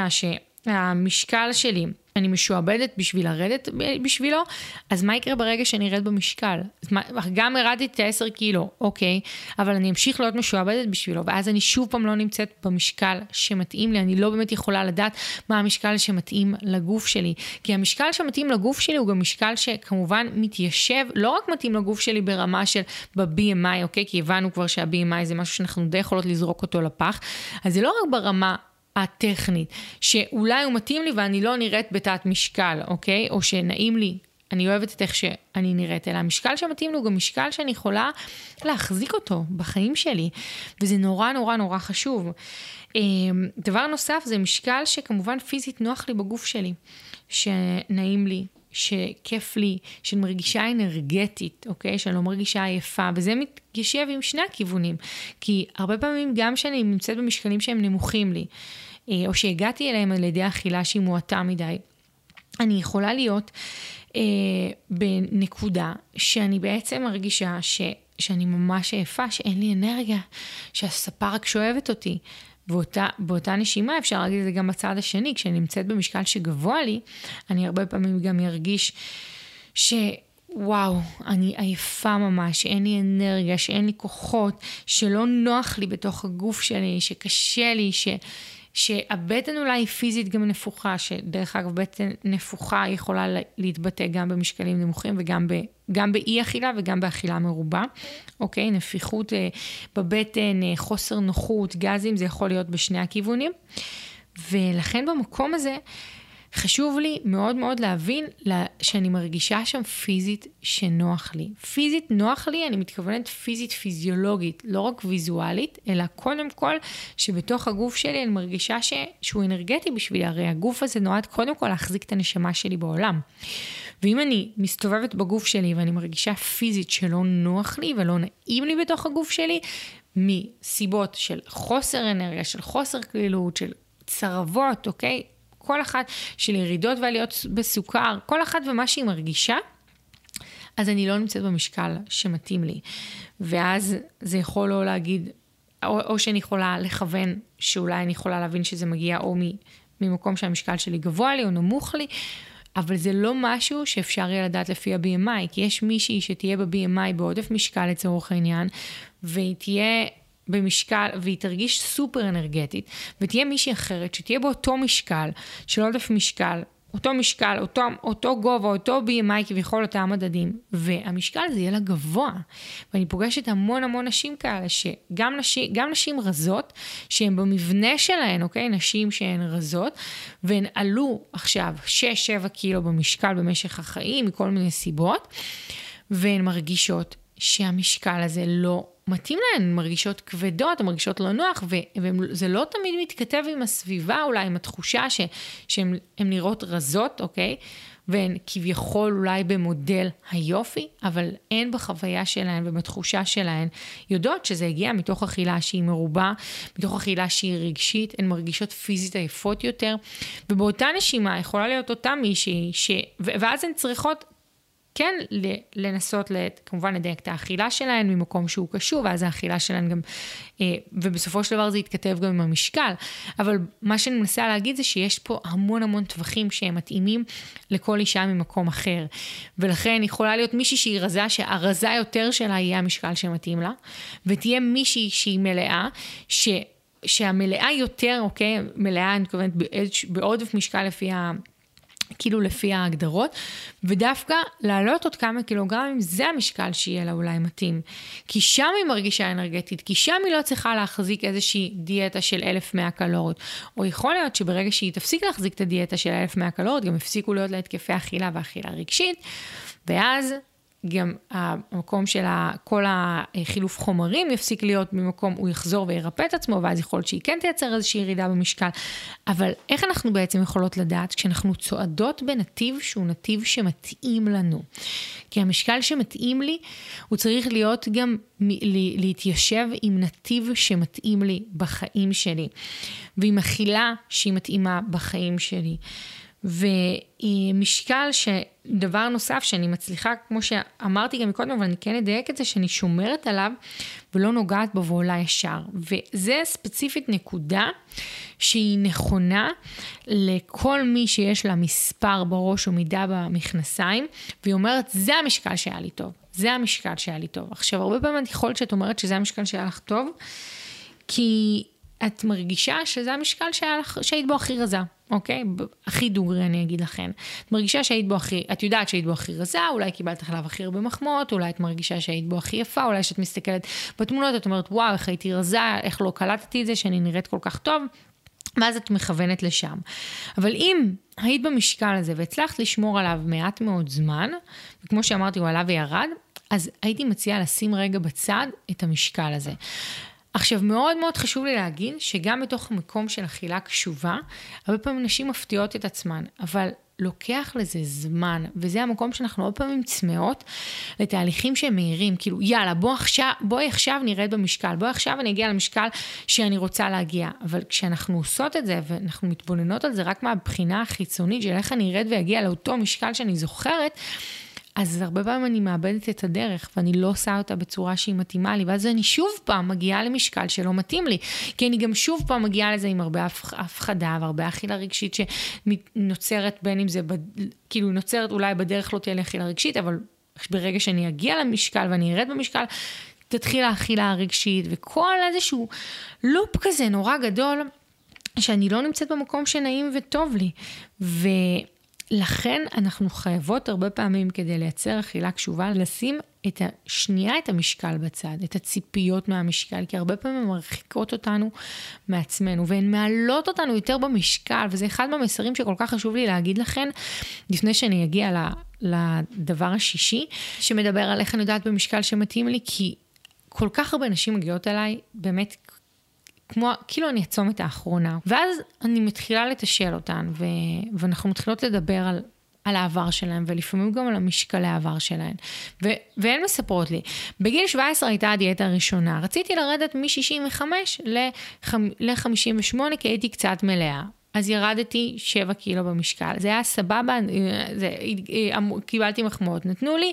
שהמשקל שלי, אני משועבדת בשביל לרדת בשבילו, אז מה יקרה ברגע שאני ארד במשקל? גם הרדתי את ה-עשרה קילו, אוקיי, אבל אני אמשיך להיות משועבדת בשבילו, ואז אני שוב פעם לא נמצאת במשקל שמתאים לי, אני לא באמת יכולה לדעת מה המשקל שמתאים לגוף שלי, כי המשקל שמתאים לגוף שלי הוא גם משקל שכמובן מתיישב, לא רק מתאים לגוף שלי ברמה של ב-בי אם איי, אוקיי, כי הבנו כבר שה-בי אם איי זה משהו שאנחנו די יכולות לזרוק אותו לפח, אז זה לא רק ברמה הטכנית, שאולי הוא מתאים לי ואני לא נראית בתת משקל, אוקיי? או שנעים לי, אני אוהבת את איך שאני נראית, אלא המשקל שמתאים לו גם משקל שאני יכולה להחזיק אותו בחיים שלי, וזה נורא נורא נורא חשוב. דבר נוסף זה משקל שכמובן פיזית נוח לי בגוף שלי, שנעים לי, שכיף לי, שאני מרגישה אנרגטית, אוקיי? שאני לא מרגישה עייפה, וזה מתיישב עם שני הכיוונים, כי הרבה פעמים גם שאני נמצאת במשקלים שהם נמוכים לי, או שהגעתי אליהם על ידי אכילה שהיא מועטה מדי, אני יכולה להיות אה, בנקודה שאני בעצם מרגישה ש, שאני ממש עייפה, שאין לי אנרגיה, שהספה רק שואבת אותי, באותה, באותה נשימה אפשר להגיד את זה גם בצד השני, כשאני נמצאת במשקל שגבוה לי, אני הרבה פעמים גם ארגיש שוואו, אני עייפה ממש, שאין לי אנרגיה, שאין לי כוחות, שלא נוח לי בתוך הגוף שלי, שקשה לי, ש... שהבטן אולי פיזית גם נפוחה, שדרך אגב בטן נפוחה יכולה להתבטא גם במשקלים נמוכים וגם ב, גם באי אכילה וגם באכילה מרובה, אוקיי? נפיחות בבטן, חוסר נוחות, גזים, זה יכול להיות בשני הכיוונים, ולכן במקום הזה חשוב לי מאוד מאוד להבין שאני מרגישה שם פיזית שנוח לי. פיזית נוח לי, אני מתכוונת פיזית פיזיולוגית, לא רק ויזואלית, אלא קודם כל שבתוך הגוף שלי אני מרגישה ש... שהוא אנרגטי בשבילי, הרי הגוף הזה נועד קודם כל להחזיק את הנשמה שלי בעולם. ואם אני מסתובבת בגוף שלי ואני מרגישה פיזית שלא נוח לי ולא נעים לי בתוך הגוף שלי, מסיבות של חוסר אנרגיה, של חוסר כלילות, של צרבות, אוקיי? כל אחת של ירידות ועליות בסוכר, כל אחת ומה שהיא מרגישה, אז אני לא נמצאת במשקל שמתאים לי. ואז זה יכול לא להגיד, או, או שאני יכולה לכוון, שאולי אני יכולה להבין שזה מגיע או ממקום שהמשקל שלי גבוה לי או נמוך לי, אבל זה לא משהו שאפשר יהיה לדעת לפי ה-בי אם איי, כי יש מישהי שתהיה ב-בי אם איי בעודף משקל לצורך העניין, והיא תהיה במשקל, והיא תרגיש סופר אנרגטית, ותהיה מישהי אחרת שתהיה באותו משקל, של עודף משקל, אותו משקל, אותו, אותו גובה, אותו בי אם איי כביכול אותם מדדים, והמשקל זה יהיה לה גבוה. ואני פוגשת המון המון נשים כאלה, שגם נשים, גם נשים רזות, שהן במבנה שלהן, אוקיי? נשים שהן רזות, והן עלו עכשיו שש שבע קילו במשקל במשך החיים, מכל מיני סיבות, והן מרגישות שהמשקל הזה לא מתאים להן, הן מרגישות כבדות, הן מרגישות לא נוח, וזה לא תמיד מתכתב עם הסביבה, אולי עם התחושה ש, שהן נראות רזות, אוקיי? והן כביכול אולי במודל היופי, אבל אין בחוויה שלהן ובתחושה שלהן, יודעות שזה הגיע מתוך אכילה שהיא מרובה, מתוך אכילה שהיא רגשית, הן מרגישות פיזית עייפות יותר, ובאותה נשימה יכולה להיות אותה מישהי, ש... ואז הן צריכות כן לנסות, כמובן לדייק את האכילה שלהן ממקום שהוא קשור, ואז האכילה שלהן גם, ובסופו של דבר זה יתכתב גם עם המשקל, אבל מה שאני מנסה להגיד זה שיש פה המון המון טווחים שהם מתאימים לכל אישה ממקום אחר, ולכן יכולה להיות מישהי שהיא רזה, שהרזה יותר שלה יהיה המשקל שמתאים לה, ותהיה מישהי שהיא מלאה, ש... שהמלאה יותר, אוקיי, מלאה, אני מתכוונת בעודף משקל לפי ה... כאילו לפי ההגדרות, ודווקא לעלות עוד כמה קילוגרמים, זה המשקל שיהיה לה אולי מתאים. כי שם היא מרגישה אנרגטית, כי שם היא לא צריכה להחזיק איזושהי דיאטה של אלף ומאה קלוריות. או יכול להיות שברגע שהיא תפסיק להחזיק את הדיאטה של אלף ומאה קלוריות, גם הפסיקו להיות לה התקפי אכילה ואכילה רגשית, ואז גם המקום של כל החילוף חומרים יפסיק להיות במקום, הוא יחזור וירפא את עצמו, ואז יכול להיות שהיא כן תייצר איזושהי ירידה במשקל. אבל איך אנחנו בעצם יכולות לדעת? כשאנחנו צועדות בנתיב שהוא נתיב שמתאים לנו. כי המשקל שמתאים לי, הוא צריך להיות גם להתיישב עם נתיב שמתאים לי בחיים שלי. ועם אכילה שהיא מתאימה בחיים שלי. ומשקל שדבר נוסף שאני מצליחה, כמו שאמרתי גם מקודם, אבל אני כן אדייק את זה, שאני שומרת עליו ולא נוגעת בו ועולה ישר. וזה ספציפית נקודה שהיא נכונה לכל מי שיש לה מספר בראש או מידה במכנסיים, והיא אומרת, זה המשקל שהיה לי טוב. זה המשקל שהיה לי טוב. עכשיו, הרבה פעמים את יכולת שאת אומרת שזה המשקל שהיה לך טוב, כי את מרגישה שזה המשקל לך, שהיית בו הכי רזה, אוקיי? הכי דוגרי אני אגיד לכם. את מרגישה שהיית בו הכי, את יודעת שהיית בו הכי רזה, אולי קיבלת חלב הכי הרבה מחמאות, אולי את מרגישה שהיית בו הכי יפה, אולי שאת מסתכלת בתמונות, את אומרת, וואו, איך הייתי רזה, איך לא קלטתי את זה, שאני נראית כל כך טוב, ואז את מכוונת לשם. אבל אם היית במשקל הזה, והצלחת לשמור עליו מעט מאוד זמן, וכמו שאמרתי, הוא עלה וירד, אז הייתי מציעה לשים רגע בצד את המשקל הזה. עכשיו, מאוד מאוד חשוב לי להגיד שגם בתוך המקום של אכילה קשובה, הרבה פעמים נשים מפתיעות את עצמן, אבל לוקח לזה זמן, וזה המקום שאנחנו הרבה פעמים צמאות לתהליכים שהם מהירים, כאילו יאללה, בוא עכשיו, בואי עכשיו נרד במשקל, בואי עכשיו אני אגיע למשקל שאני רוצה להגיע, אבל כשאנחנו עושות את זה, ואנחנו מתבוננות על זה רק מהבחינה החיצונית, של איך אני ארד ואגיע לאותו משקל שאני זוכרת, אז הרבה פעמים אני מאבדת את הדרך, ואני לא עושה אותה בצורה שהיא מתאימה לי, ואז אני שוב פעם מגיעה למשקל שלא מתאים לי, כי אני גם שוב פעם מגיעה לזה עם הרבה הפחדה, והרבה אכילה רגשית שנוצרת בין אם זה, כאילו נוצרת אולי בדרך לא תהיה לי אכילה רגשית, אבל ברגע שאני אגיע למשקל ואני ארד במשקל, תתחיל האכילה הרגשית, וכל איזשהו לופ כזה נורא גדול, שאני לא נמצאת במקום שנעים וטוב לי, ו... לכן אנחנו חייבות הרבה פעמים כדי לייצר אכילה קשובה, לשים את השנייה, את המשקל בצד, את הציפיות מהמשקל, כי הרבה פעמים הן מרחיקות אותנו מעצמנו, והן מעלות אותנו יותר במשקל, וזה אחד מהמסרים שכל כך חשוב לי להגיד לכם, לפני שאני אגיע לדבר השישי, שמדבר על איך אני יודעת במשקל שמתאים לי, כי כל כך הרבה נשים מגיעות אליי, באמת, כמו, כאילו אני אצום את האחרונה, ואז אני מתחילה לתשאל אותן, ו, ואנחנו מתחילות לדבר על, על העבר שלהם, ולפעמים גם על המשקלי העבר שלהם, ו, והן מספרות לי, בגיל שבע עשרה הייתה הדיאטה הראשונה, רציתי לרדת מ-שישים וחמש ל-חמישים ושמונה, כי הייתי קצת מלאה, אז ירדתי שבע קילו במשקל, זה היה סבבה, זה, קיבלתי מחמאות, נתנו לי,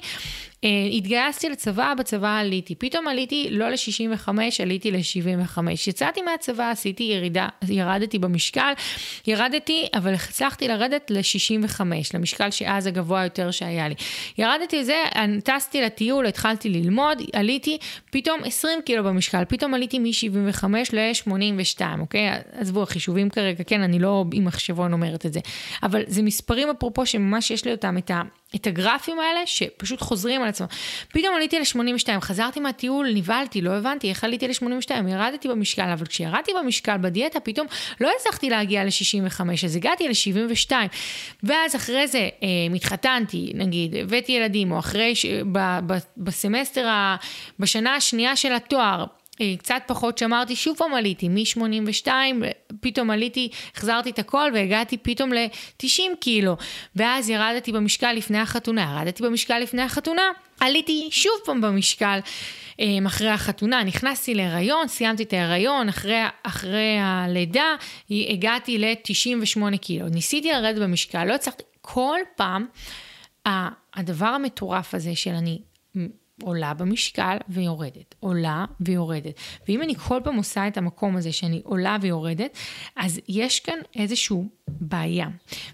התגייסתי לצבא, בצבא עליתי, פתאום עליתי לא ל-שישים וחמש, עליתי ל-שבעים וחמש, יצאתי מהצבא, עשיתי ירידה, ירדתי במשקל, ירדתי, אבל הצלחתי לרדת ל-שישים וחמש, למשקל שאז הגבוה יותר שהיה לי. ירדתי לזה, טסתי לטיול, התחלתי ללמוד, עליתי, פתאום עשרים קילו במשקל, פתאום עליתי מ-שבעים וחמש ל-שמונים ושתיים, אוקיי? עזבו, החישובים כרגע, כן, אני לא עם מחשבון אומרת את זה, אבל זה מספרים אפרופו שממש יש לי אותם את ה... את הגרפים האלה שפשוט חוזרים על עצמם. פתאום עליתי ל-שמונים ושתיים, חזרתי מהטיול, נבלתי, לא הבנתי איך עליתי ל-שמונים ושתיים, ירדתי במשקל, אבל כשירדתי במשקל בדיאטה, פתאום לא הצלחתי להגיע ל-שישים וחמש, אז הגעתי ל-שבעים ושתיים, ואז אחרי זה אה, מתחתנתי, נגיד, הבאתי ילדים, או אחרי, ש... ב- ב- בסמסטר, ה... בשנה השנייה של התואר, קצת פחות שמרתי, שוב פעם עליתי, מ-שמונים ושתיים, פתאום עליתי, החזרתי את הכל, והגעתי פתאום ל-תשעים קילו, ואז ירדתי במשקל לפני החתונה, ירדתי במשקל לפני החתונה, עליתי שוב פעם במשקל, אחרי החתונה, נכנסתי להיריון, סיימתי את ההיריון, אחרי, אחרי הלידה, הגעתי ל-תשעים ושמונה קילו, ניסיתי לרדת במשקל, לא הצלחתי, כל פעם, הדבר המטורף הזה של אני, עולה במשקל ויורדת, עולה ויורדת. ואם אני כל פעם עושה את המקום הזה שאני עולה ויורדת, אז יש כאן איזשהו בעיה.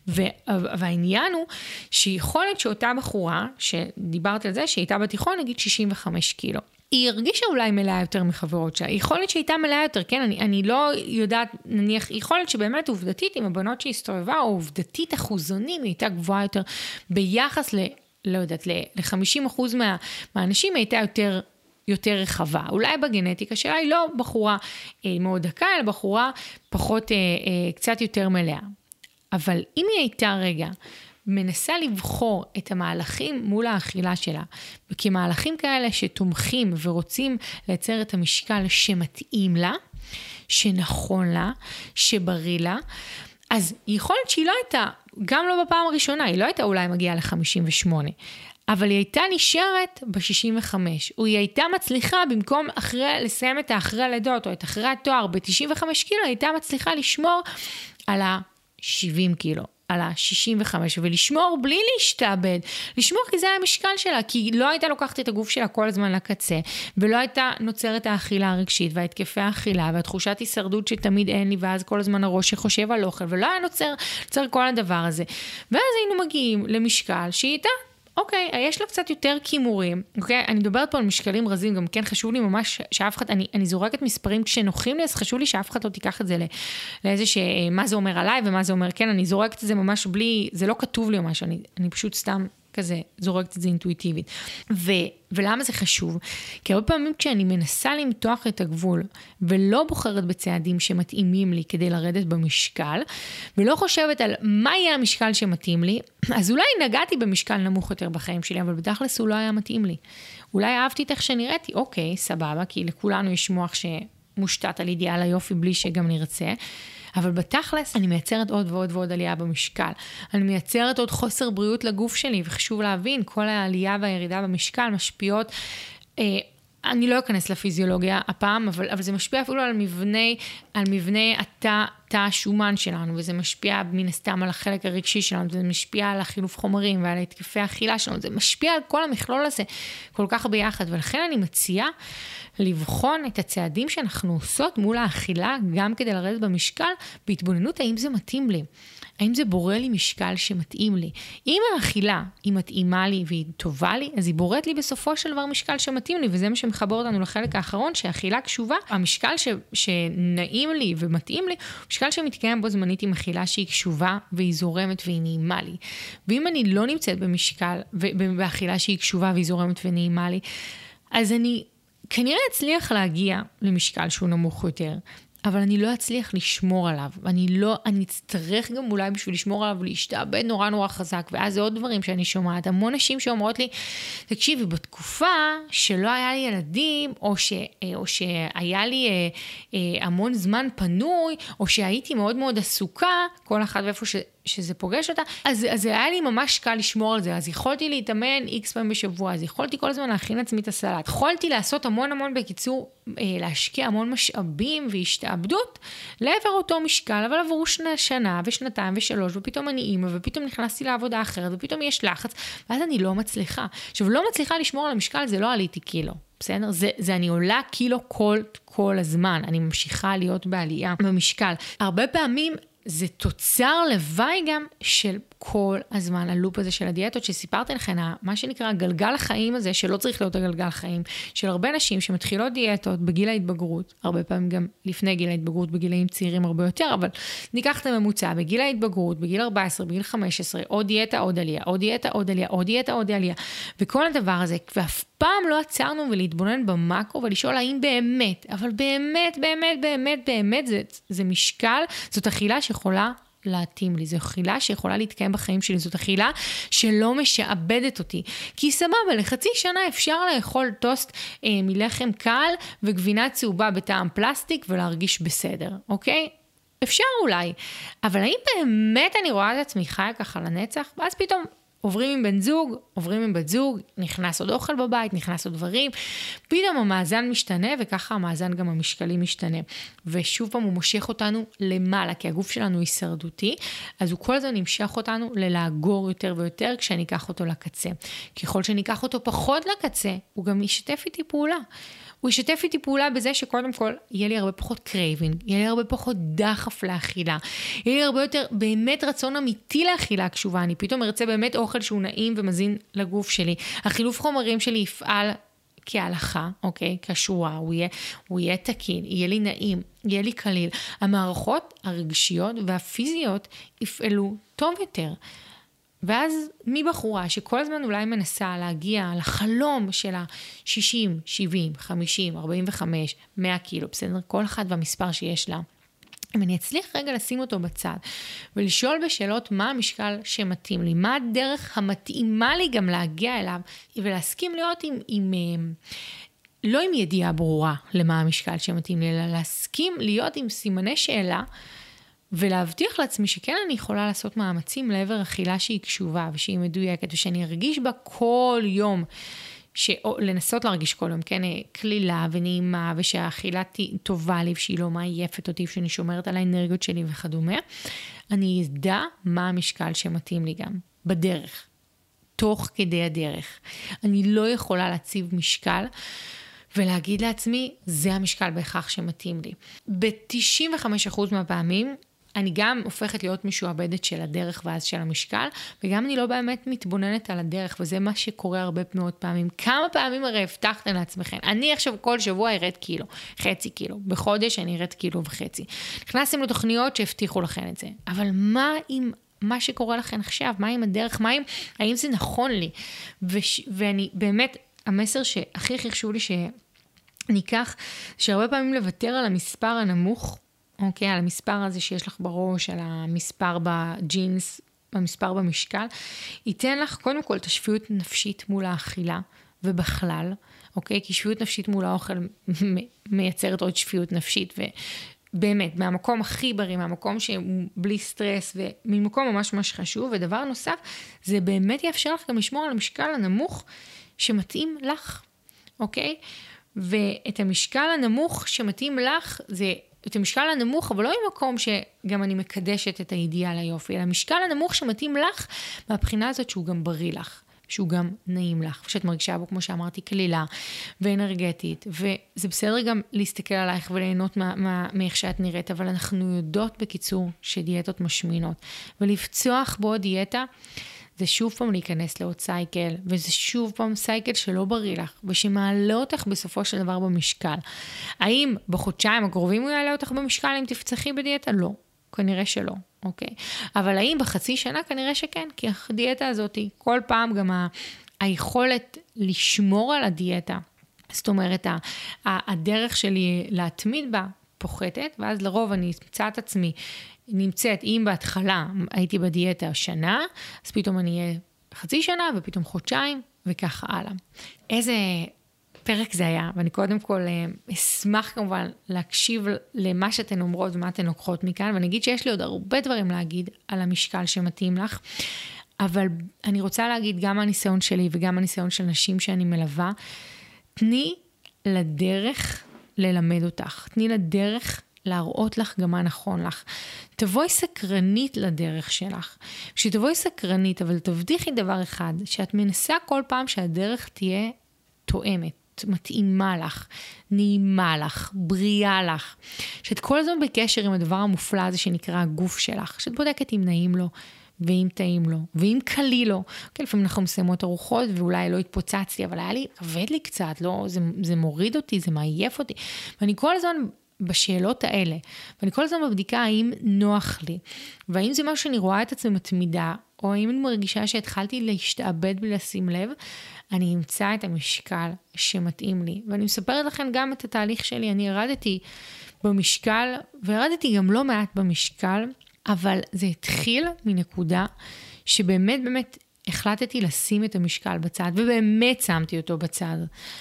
והעניין הוא שיכול להיות שאותה בחורה, שדיברתי על זה, שהייתה בתיכון, נגיד שישים וחמש קילו. היא הרגישה אולי מלאה יותר מחברות שלה, יכול להיות שהייתה מלאה יותר, כן, אני, אני לא יודעת, נניח, יכול להיות שבאמת עובדתית עם הבנות שהסתובבה, או עובדתית אחוזונים, היא הייתה גבוהה יותר ביחס ל... לא יודעת, ל-חמישים אחוז מה, מהאנשים הייתה יותר, יותר רחבה. אולי בגנטיקה שלה היא לא בחורה אה, מאוד דקה, אלא בחורה פחות, אה, אה, קצת יותר מלאה. אבל אם היא הייתה רגע, מנסה לבחור את המהלכים מול האכילה שלה, וכמהלכים כאלה שתומכים ורוצים לייצר את המשקל שמתאים לה, שנכון לה, שבריא לה, אז יכול להיות שהיא לא הייתה, גם לא בפעם הראשונה, היא לא הייתה אולי מגיעה ל-חמישים ושמונה, אבל היא הייתה נשארת ב-שישים וחמש, או היא הייתה מצליחה במקום אחרי, לסיים את האחרי הלידות, או את אחרי התואר ב-תשעים וחמש קילו, היא הייתה מצליחה לשמור על ה-שבעים קילו. על ה-שישים וחמש, ולשמור בלי להשתעבד, לשמור כי זה היה המשקל שלה, כי היא לא הייתה לוקחת את הגוף שלה כל הזמן לקצה, ולא הייתה נוצרת האכילה הרגשית, והתקפי האכילה, והתחושת הישרדות שתמיד אין לי, ואז כל הזמן הראש שחושב על אוכל, ולא היה נוצר, נוצר כל הדבר הזה. ואז היינו מגיעים למשקל שהיא הייתה, אוקיי, יש לה קצת יותר כימורים, אוקיי, אני מדברת פה על משקלים רזים, גם כן חשוב לי ממש שאף אחד, אני, אני זורקת מספרים כשנוחים לי, אז חשוב לי שאף אחד לא תיקח את זה לאיזה ש, מה זה אומר עליי ומה זה אומר, כן, אני זורקת את זה ממש בלי, זה לא כתוב לי או משהו, אני, אני פשוט סתם כזה זורקת את זה אינטואיטיבית. ו, ולמה זה חשוב? כי הרבה פעמים כשאני מנסה למתוח את הגבול, ולא בוחרת בצעדים שמתאימים לי כדי לרדת במשקל, ולא חושבת על מה יהיה המשקל שמתאים לי, אז אולי נגעתי במשקל נמוך יותר בחיים שלי, אבל בדחלס הוא לא היה מתאים לי. אולי אהבתי את איך שנראיתי, אוקיי, סבבה, כי לכולנו יש מוח שמושתת על אידיאל היופי בלי שגם נרצה, אבל בתכלס אני מייצרת עוד ועוד ועוד עלייה במשקל. אני מייצרת עוד חוסר בריאות לגוף שלי, וחשוב להבין, כל העלייה והירידה במשקל משפיעות, אה, אני לא אכנס לפיזיולוגיה הפעם, אבל, אבל זה משפיע אפילו על מבנה, על מבנה התא, תא השומן שלנו, וזה משפיע מן הסתם על החלק הרגשי שלנו, זה משפיע על החילוף חומרים ועל התקפי האכילה שלנו, זה משפיע על כל המכלול הזה כל כך ביחד, ולכן אני מציעה לבחון את הצעדים שאנחנו עושות מול האכילה, גם כדי לרדת במשקל, בהתבוננות האם זה מתאים לי, האם זה בורא לי משקל שמתאים לי. אם האכילה היא מתאימה לי והיא טובה לי, אז היא בוראת לי בסופו של דבר משקל שמתאים לי, וזה מה שמחבר אותנו לחלק האחרון, שהאכילה קשובה, המשקל ש, שנעים לי ומתאים לי, משקל שמתקיים בו זמנית עם אכילה שהיא קשובה והיא זורמת והיא נעימה לי. ואם אני לא נמצאת במשקל, באכילה שהיא קשובה והיא זורמת ונעימה לי, אז אני כנראה אצליח להגיע למשקל שהוא נמוך יותר, אבל אני לא אצליח לשמור עליו, ואני לא, אני אצטרך גם אולי בשביל לשמור עליו, להשתעבד נורא נורא חזק, ואז זה עוד דברים שאני שומעת, המון נשים שאומרות לי, תקשיבי, בתקופה שלא היה לי ילדים, או, ש, או שהיה לי אה, אה, המון זמן פנוי, או שהייתי מאוד מאוד עסוקה, כל אחד ואיפה ש... שזה פוגש אותה, אז, אז היה לי ממש קל לשמור על זה, אז יכולתי להתאמן איקס פעם בשבוע, אז יכולתי כל הזמן להכין עצמי את הסלט, יכולתי לעשות המון המון בקיצור, להשקיע המון משאבים והשתעבדות לעבר אותו משקל, אבל עברו שנה, שנה ושנתיים ושלוש, ופתאום אני אימא, ופתאום נכנסתי לעבודה אחרת, ופתאום יש לחץ, ואז אני לא מצליחה. עכשיו, לא מצליחה לשמור על המשקל, זה לא עליתי קילו. בסדר? זה, זה אני עולה קילו כל, כל הזמן, אני ממשיכה להיות בעלייה במשקל. הרבה פעמים זה תוצר לוואי גם של כל הזמן, הלופ הזה של הדיאטות שסיפרתי לכם, מה שנקרא גלגל החיים הזה, שלא צריך להיות הגלגל חיים, של הרבה נשים שמתחילות דיאטות בגיל ההתבגרות, הרבה פעמים גם לפני גיל ההתבגרות, בגילאים צעירים הרבה יותר, אבל ניקח את הממוצע, בגיל ההתבגרות, בגיל ארבע עשרה, בגיל חמש עשרה, עוד דיאטה, עוד עלייה, עוד דיאטה, עוד עלייה, עוד דיאטה, עוד עלייה, וכל הדבר הזה, ואף פעם לא עצרנו ולהתבונן במקרו, ולשאול האם באמת, אבל באמת, באמת, באמת, באמת, זה, זה משקל, זאת אכילה שיכולה להתאים לי, זו אכילה שיכולה להתקיים בחיים שלי, זאת אכילה שלא משעבדת אותי, כי סבבה, לחצי שנה אפשר לאכול טוסט אה, מלחם קל וגבינה צהובה בטעם פלסטיק ולהרגיש בסדר, אוקיי? אפשר אולי, אבל האם באמת אני רואה את עצמי חיה ככה לנצח? ואז פתאום עוברים עם בן זוג, עוברים עם בת זוג, נכנס עוד אוכל בבית, נכנס עוד דברים, פתאום המאזן משתנה, וככה המאזן גם המשקלי משתנה. ושוב פעם הוא מושך אותנו למעלה, כי הגוף שלנו הישרדותי, אז הוא כל הזמן נמשך אותנו ללאגור יותר ויותר, כשאני אקח אותו לקצה. ככל שאני אקח אותו פחות לקצה, הוא גם ישתף איתי פעולה. הוא ישתף איתי פעולה בזה שקודם כל יהיה לי הרבה פחות קרייבינג, יהיה לי הרבה פחות דחף לאכילה, יהיה לי הרבה יותר באמת רצון אמיתי לאכילה קשובה, אני פתאום ארצה באמת אוכל שהוא נעים ומזין לגוף שלי, החילוף חומרים שלי יפעל כהלכה, אוקיי, כשורה, הוא יהיה, הוא יהיה תקין, יהיה לי נעים, יהיה לי קליל, המערכות הרגשיות והפיזיות יפעלו טוב יותר. ואז מי בחורה שכל הזמן אולי מנסה להגיע לחלום של ה-שישים, שבעים, חמישים, ארבעים וחמש, מאה קילו, בסדר? כל אחד והמספר שיש לה. אם אני אצליח רגע לשים אותו בצד, ולשאול בשאלות מה המשקל שמתאים לי, מה הדרך המתאימה לי גם להגיע אליו, ולהסכים להיות עם, עם לא עם ידיעה ברורה למה המשקל שמתאים לי, אלא להסכים להיות עם סימני שאלה, ולהבטיח לעצמי שכן אני יכולה לעשות מאמצים לעבר אכילה שהיא קשובה ושהיא מדויקת, ושאני ארגיש בה כל יום, ש... לנסות להרגיש כל יום, כן, כלילה ונעימה, ושהאכילה טובה לי, ושהיא לא מעייפת אותי, ושאני שומרת על האנרגיות שלי וכדומה, אני אדע מה המשקל שמתאים לי גם, בדרך, תוך כדי הדרך. אני לא יכולה להציב משקל, ולהגיד לעצמי, זה המשקל בהכרח שמתאים לי. ב-תשעים וחמישה אחוז מהפעמים, אני גם הופכת להיות משועבדת של הדרך ואז של המשקל, וגם אני לא באמת מתבוננת על הדרך, וזה מה שקורה הרבה מאוד פעמים. כמה פעמים הרי הבטחתם לעצמכם? אני עכשיו כל שבוע ארד קילו, חצי קילו. בחודש אני ארד קילו וחצי. נכנסים לתוכניות שהבטיחו לכם את זה. אבל מה עם מה שקורה לכם עכשיו? מה עם הדרך? מה עם, האם זה נכון לי? וש, ואני באמת, המסר שהכי חשוב לי שניקח, שהרבה פעמים לוותר על המספר הנמוך, אוקיי, על המספר הזה שיש לך בראש, על המספר בג'ינס, המספר במשקל, ייתן לך קודם כל את השפיות נפשית מול האכילה, ובכלל, אוקיי, כי שפיות נפשית מול האוכל מייצרת עוד שפיות נפשית, ובאמת, מהמקום הכי בריא, מהמקום שהוא בלי סטרס, וממקום ממש ממש חשוב, ודבר נוסף, זה באמת יאפשר לך גם לשמור על המשקל הנמוך, שמתאים לך, אוקיי? ואת המשקל הנמוך שמתאים לך, זה את המשקל הנמוך, אבל לא ממקום שגם אני מקדשת את האידיאל היופי, אלא המשקל הנמוך שמתאים לך, מהבחינה הזאת שהוא גם בריא לך, שהוא גם נעים לך, ושאת מרגישה בו, כמו שאמרתי, כלילה ואנרגטית, וזה בסדר גם להסתכל עלייך וליהנות מאיך שאת נראית, אבל אנחנו יודעות בקיצור שדיאטות משמינות, ולפצוח בו דיאטה, זה שוב פעם להיכנס לעוד סייקל, וזה שוב פעם סייקל שלא בריא לך, ושמעלה אותך בסופו של דבר במשקל. האם בחודשיים הקרובים הוא יעלה אותך במשקל אם תפצחי בדיאטה? לא, כנראה שלא, אוקיי? אבל האם בחצי שנה? כנראה שכן, כי הדיאטה הזאת, כל פעם גם ה- היכולת לשמור על הדיאטה, זאת אומרת, ה- ה- הדרך שלי להתמיד בה פוחתת, ואז לרוב אני אמצא את עצמי, נמצאת, אם בהתחלה הייתי בדיאטה שנה, אז פתאום אני אהיה חצי שנה, ופתאום חודשיים, וככה הלאה. איזה פרק זה היה, ואני קודם כל אשמח כמובן להקשיב למה שאתן אומרות ומה אתן לוקחות מכאן, ואני אגיד שיש לי עוד הרבה דברים להגיד על המשקל שמתאים לך, אבל אני רוצה להגיד גם הניסיון שלי וגם הניסיון של נשים שאני מלווה, תני לדרך ללמד אותך, תני לדרך להראות לך גם מה נכון לך. תבואי סקרנית לדרך שלך. כשתבואי סקרנית, אבל תבדיחי דבר אחד, שאת מנסה כל פעם שהדרך תהיה תואמת, מתאימה לך, נעימה לך, בריאה לך. שאת כל הזמן בקשר עם הדבר המופלא הזה שנקרא הגוף שלך. שאת בודקת אם נעים לו, ואם טעים לו, ואם קליל לו. כן, לפעמים אנחנו מסיימות ארוחות, ואולי לא התפוצצתי, אבל היה לי, כבד לי קצת, לא, זה, זה מוריד אותי, זה מעייף אותי. ואני כל הזמן בשאלות האלה, ואני כל הזמן בבדיקה האם נוח לי, והאם זה משהו שאני רואה את עצמי מתמידה, או האם אני מרגישה שהתחלתי להשתעבד בלי לשים לב, אני אמצא את המשקל שמתאים לי. ואני מספרת לכם גם את התהליך שלי, אני ירדתי במשקל, וירדתי גם לא מעט במשקל, אבל זה התחיל מנקודה שבאמת באמת החלטתי לשים את המשקל בצד, ובאמת שמתי אותו בצד.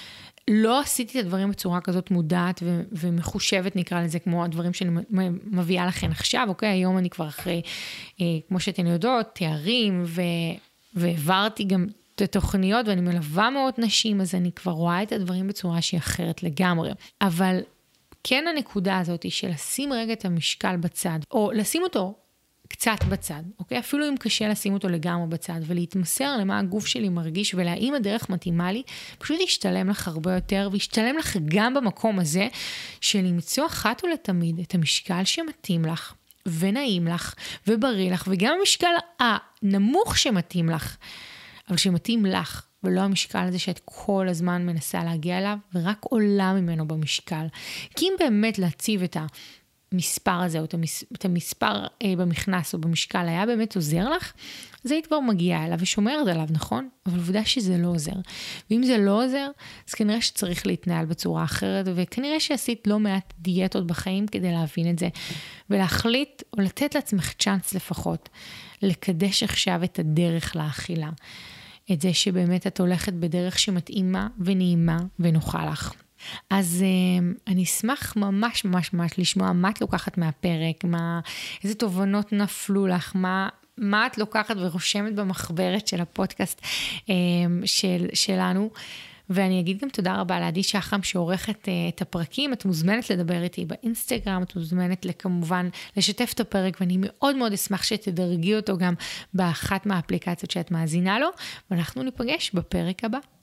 לא עשיתי את הדברים בצורה כזאת מודעת ו- ומחושבת, נקרא לזה, כמו הדברים שאני מביאה לכם עכשיו, אוקיי? היום אני כבר אחרי, אה, כמו שאתן יודעות, תארים, והעברתי גם את התוכניות, ואני מלווה מאות נשים, אז אני כבר רואה את הדברים בצורה שהיא אחרת לגמרי. אבל כן הנקודה הזאת היא של לשים רגע את המשקל בצד, או לשים אותו קצת בצד, אוקיי? אפילו אם קשה לשים אותו לגמרי בצד, ולהתמסר למה הגוף שלי מרגיש, ולהאם הדרך מתאימה לי, פשוט ישתלם לך הרבה יותר, וישתלם לך גם במקום הזה, של למצוא אחת ולתמיד את המשקל שמתאים לך, ונעים לך, ובריא לך, וגם המשקל הנמוך שמתאים לך, אבל שמתאים לך, ולא המשקל הזה שאת כל הזמן מנסה להגיע אליו, ורק עולה ממנו במשקל. כי אם באמת להציב את המספר הזה, או את המספר במכנס או במשקל, היה באמת עוזר לך, אז היית כבר מגיעה אליו ושומרת עליו, נכון? אבל עובדה שזה לא עוזר. ואם זה לא עוזר, אז כנראה שצריך להתנהל בצורה אחרת, וכנראה שעשית לא מעט דיאטות בחיים כדי להבין את זה, ולהחליט או לתת לעצמך צ'אנס לפחות, לקדש עכשיו את הדרך לאכילה. את זה שבאמת את הולכת בדרך שמתאימה ונעימה ונוחה לך. אז אני אשמח ממש ממש ממש לשמוע מה את לוקחת מהפרק, מה, איזה תובנות נפלו לך, מה, מה את לוקחת ורושמת במחברת של הפודקאסט של, שלנו. ואני אגיד גם תודה רבה לעדי שחם שעורכת את הפרקים, את מוזמנת לדבר איתי באינסטגרם, את מוזמנת כמובן לשתף את הפרק, ואני מאוד מאוד אשמח שתדרגי אותו גם באחת מהאפליקציות שאת מאזינה לו, ואנחנו ניפגש בפרק הבא.